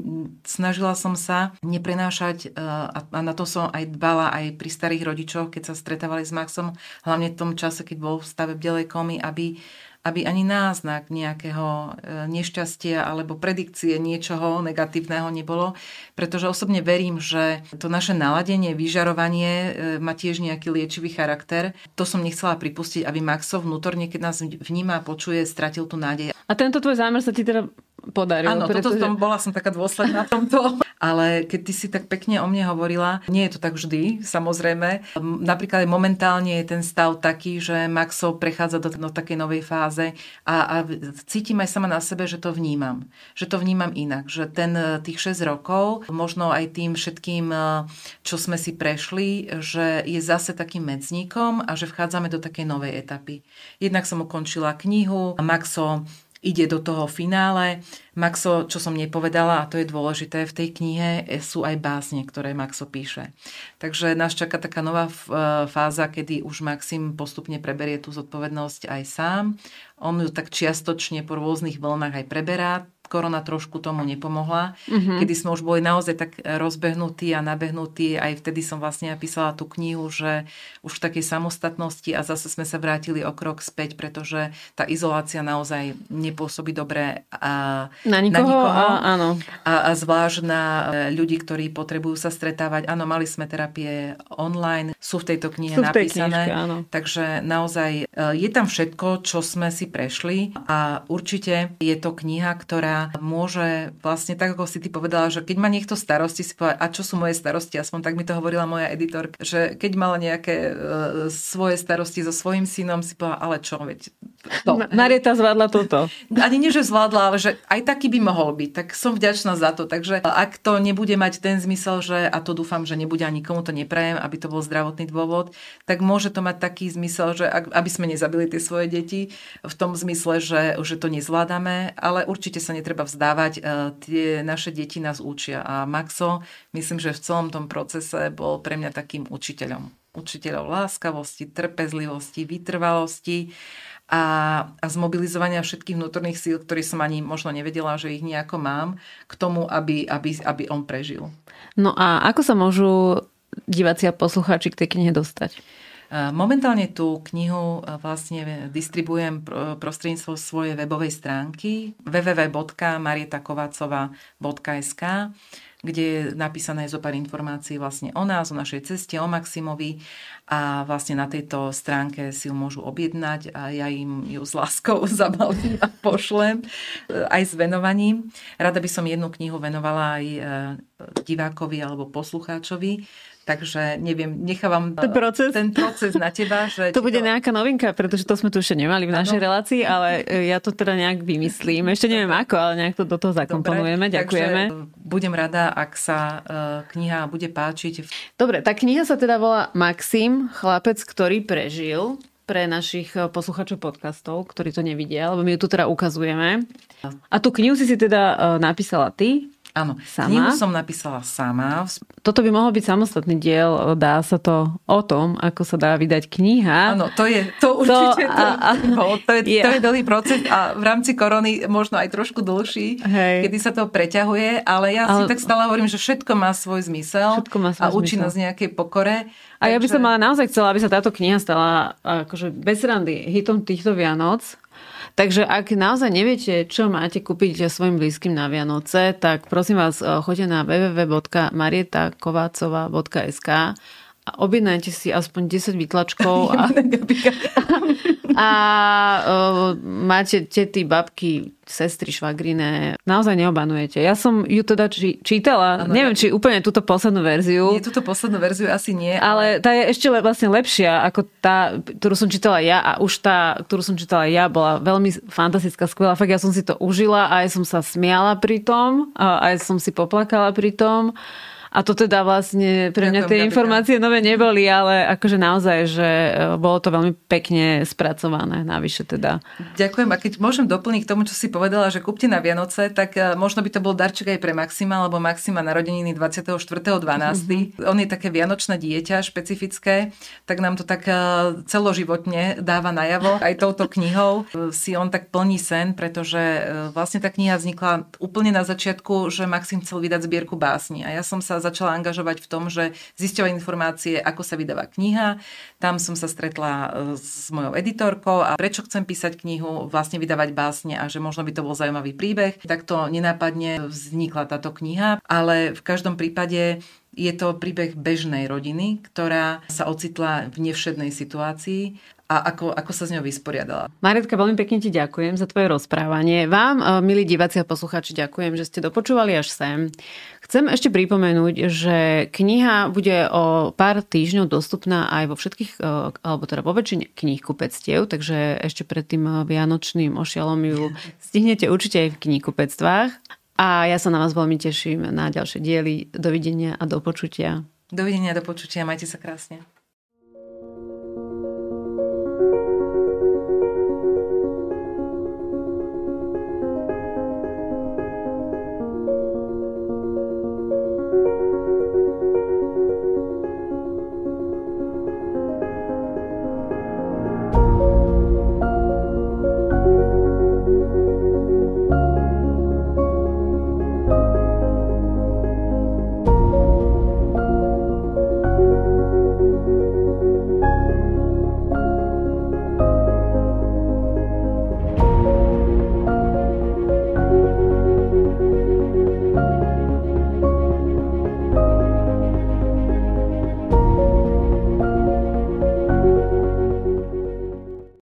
snažila som sa neprenášať, a na to som aj dbala aj pri starých rodičoch, keď sa stretávali s Maxom, hlavne v tom čase, keď bol v stave bdelej komy, aby ani náznak nejakého nešťastia alebo predikcie niečoho negatívneho nebolo. Pretože osobne verím, že to naše naladenie, vyžarovanie má tiež nejaký liečivý charakter. To som nechcela pripustiť, aby Maxo vnútorne, keď nás vníma a počuje, stratil tú nádej. A tento tvoj zámer sa ti teda podaril. Áno, bola som taká dôsledná v tomto. Ale keď ty si tak pekne o mne hovorila, nie je to tak vždy, samozrejme. Napríklad aj momentálne je ten stav taký, že Maxo prechádza do takej novej fáze a cítim aj sama na sebe, že to vnímam. Že to vnímam inak. Že tých 6 rokov, možno aj tým všetkým, čo sme si prešli, že je zase takým medzníkom a že vchádzame do takej novej etapy. Jednak som ukončila knihu, Maxo ide do toho finále. Maxo, čo som nepovedala, a to je dôležité, v tej knihe sú aj básne, ktoré Maxo píše. Takže nás čaká taká nová fáza, kedy už Maxim postupne preberie tú zodpovednosť aj sám. On ju tak čiastočne po rôznych vlnách aj preberá. Korona trošku tomu nepomohla, kedy sme už boli naozaj tak rozbehnutí a nabehnutí. Aj vtedy som vlastne napísala tú knihu, že už v takej samostatnosti a zase sme sa vrátili o krok späť, pretože tá izolácia naozaj nepôsobí dobre na nikoho. Áno. A zvlášť na ľudí, ktorí potrebujú sa stretávať. Áno, mali sme terapie online, sú v tejto knihe napísané. Knižke, takže naozaj je tam všetko, čo sme si prešli a určite je to kniha, ktorá môže vlastne, tak ako si ty povedala, že keď má niekto starosti, si povedať, a čo sú moje starosti, aspoň tak mi to hovorila moja editorka, že keď mala nejaké svoje starosti so svojím synom, si povedala, ale čo, veď to. Marieta zvládla toto. Ani nie, že zvládla, ale že aj taký by mohol byť, tak som vďačná za to. Takže ak to nebude mať ten zmysel, že, a to dúfam, že nebude ani komu to neprajem, aby to bol zdravotný dôvod, tak môže to mať taký zmysel, že aby sme nezabili tie svoje deti v tom zmysle, že to nezvládame, ale určite sa netreba vzdávať. Tie naše deti nás učia a Maxo, myslím, že v celom tom procese bol pre mňa takým učiteľom. Učiteľom láskavosti, trpezlivosti, vytrvalosti a zmobilizovania všetkých vnútorných síl, ktoré som ani možno nevedela, že ich nejako mám, k tomu, aby on prežil. No a ako sa môžu diváci a poslucháči k tej knihe dostať? Momentálne tú knihu vlastne distribuujem prostredníctvom svojej webovej stránky www.marietakovacova.sk, kde je napísané zo pár informácií vlastne o nás, o našej ceste, o Maximovi a vlastne na tejto stránke si ju môžu objednať a ja im ju s láskou zabalím a pošlem aj s venovaním. Rada by som jednu knihu venovala aj divákovi alebo poslucháčovi. Takže neviem, nechávam ten proces na teba. Že to bude nejaká novinka, pretože to sme tu ešte nemali v našej relácii, ale ja to teda nejak vymyslím. Ešte neviem ako, ale nejak to do toho zakomponujeme. Dobre, ďakujeme. Budem rada, ak sa kniha bude páčiť. Dobre, tá kniha sa teda volá Maxim, chlapec, ktorý prežil, pre našich posluchačov podcastov, ktorí to nevidia, lebo my ju tu teda ukazujeme. A tú knihu si teda napísala ty? Áno, sama? Knihu som napísala sama. Toto by mohol byť samostatný diel, dá sa to o tom, ako sa dá vydať kniha. Áno, to určite to je dlhý proces a v rámci korony možno aj trošku dlhší, kedy sa to preťahuje, ale ja si tak stále hovorím, že všetko má svoj zmysel a učí nás nejakej pokore. A ja by som naozaj chcela, aby sa táto kniha stala akože bez randy hitom týchto Vianoc. Takže ak naozaj neviete, čo máte kúpiť svojim blízkym na Vianoce, tak prosím vás, choďte na www.marietakovacova.sk a objednajte si aspoň 10 vytlačkov a máte tety, babky, sestry, švagrine. Naozaj neobanujete. Ja som ju teda čítala, neviem, či úplne túto poslednú verziu. Nie, túto poslednú verziu asi nie. Ale tá je ešte vlastne lepšia ako tá, ktorú som čítala ja, a už tá, ktorú som čítala ja, bola veľmi fantastická, skvelá. Fakt ja som si to užila a aj som sa smiala pri tom, a aj som si poplakala pri tom. A to teda vlastne pre mňa tie informácie nové neboli, ale akože naozaj, že bolo to veľmi pekne spracované navyše teda. Ďakujem. A keď môžem doplniť k tomu, čo si povedala, že kúpte na Vianoce, tak možno by to bol darček aj pre Maxima, lebo Maxima narodeniny 24.12. On je také vianočné dieťa špecifické, tak nám to tak celoživotne dáva najavo. Aj touto knihou si on tak plní sen, pretože vlastne tá kniha vznikla úplne na začiatku, že Maxim chcel vydať zbierku básni. A ja som sa začala angažovať v tom, že zisťovať informácie, ako sa vydáva kniha. Tam som sa stretla s mojou editorkou a prečo chcem písať knihu, vlastne vydávať básne a že možno by to bol zaujímavý príbeh. Takto nenápadne vznikla táto kniha, ale v každom prípade je to príbeh bežnej rodiny, ktorá sa ocitla v nevšednej situácii a ako sa s ňou vysporiadala. Marietka, veľmi pekne ti ďakujem za tvoje rozprávanie. Vám, milí diváci a poslucháči, ďakujem, že ste dopočúvali až sem. Chcem ešte pripomenúť, že kniha bude o pár týždňov dostupná aj vo všetkých, alebo teda vo väčšine knihkupectiev, takže ešte pred tým vianočným ošialom ju stihnete určite aj v knihkupectvách. A ja sa na vás veľmi teším na ďalšie diely. Dovidenia a do počutia. Dovidenia, do počutia. Majte sa krásne.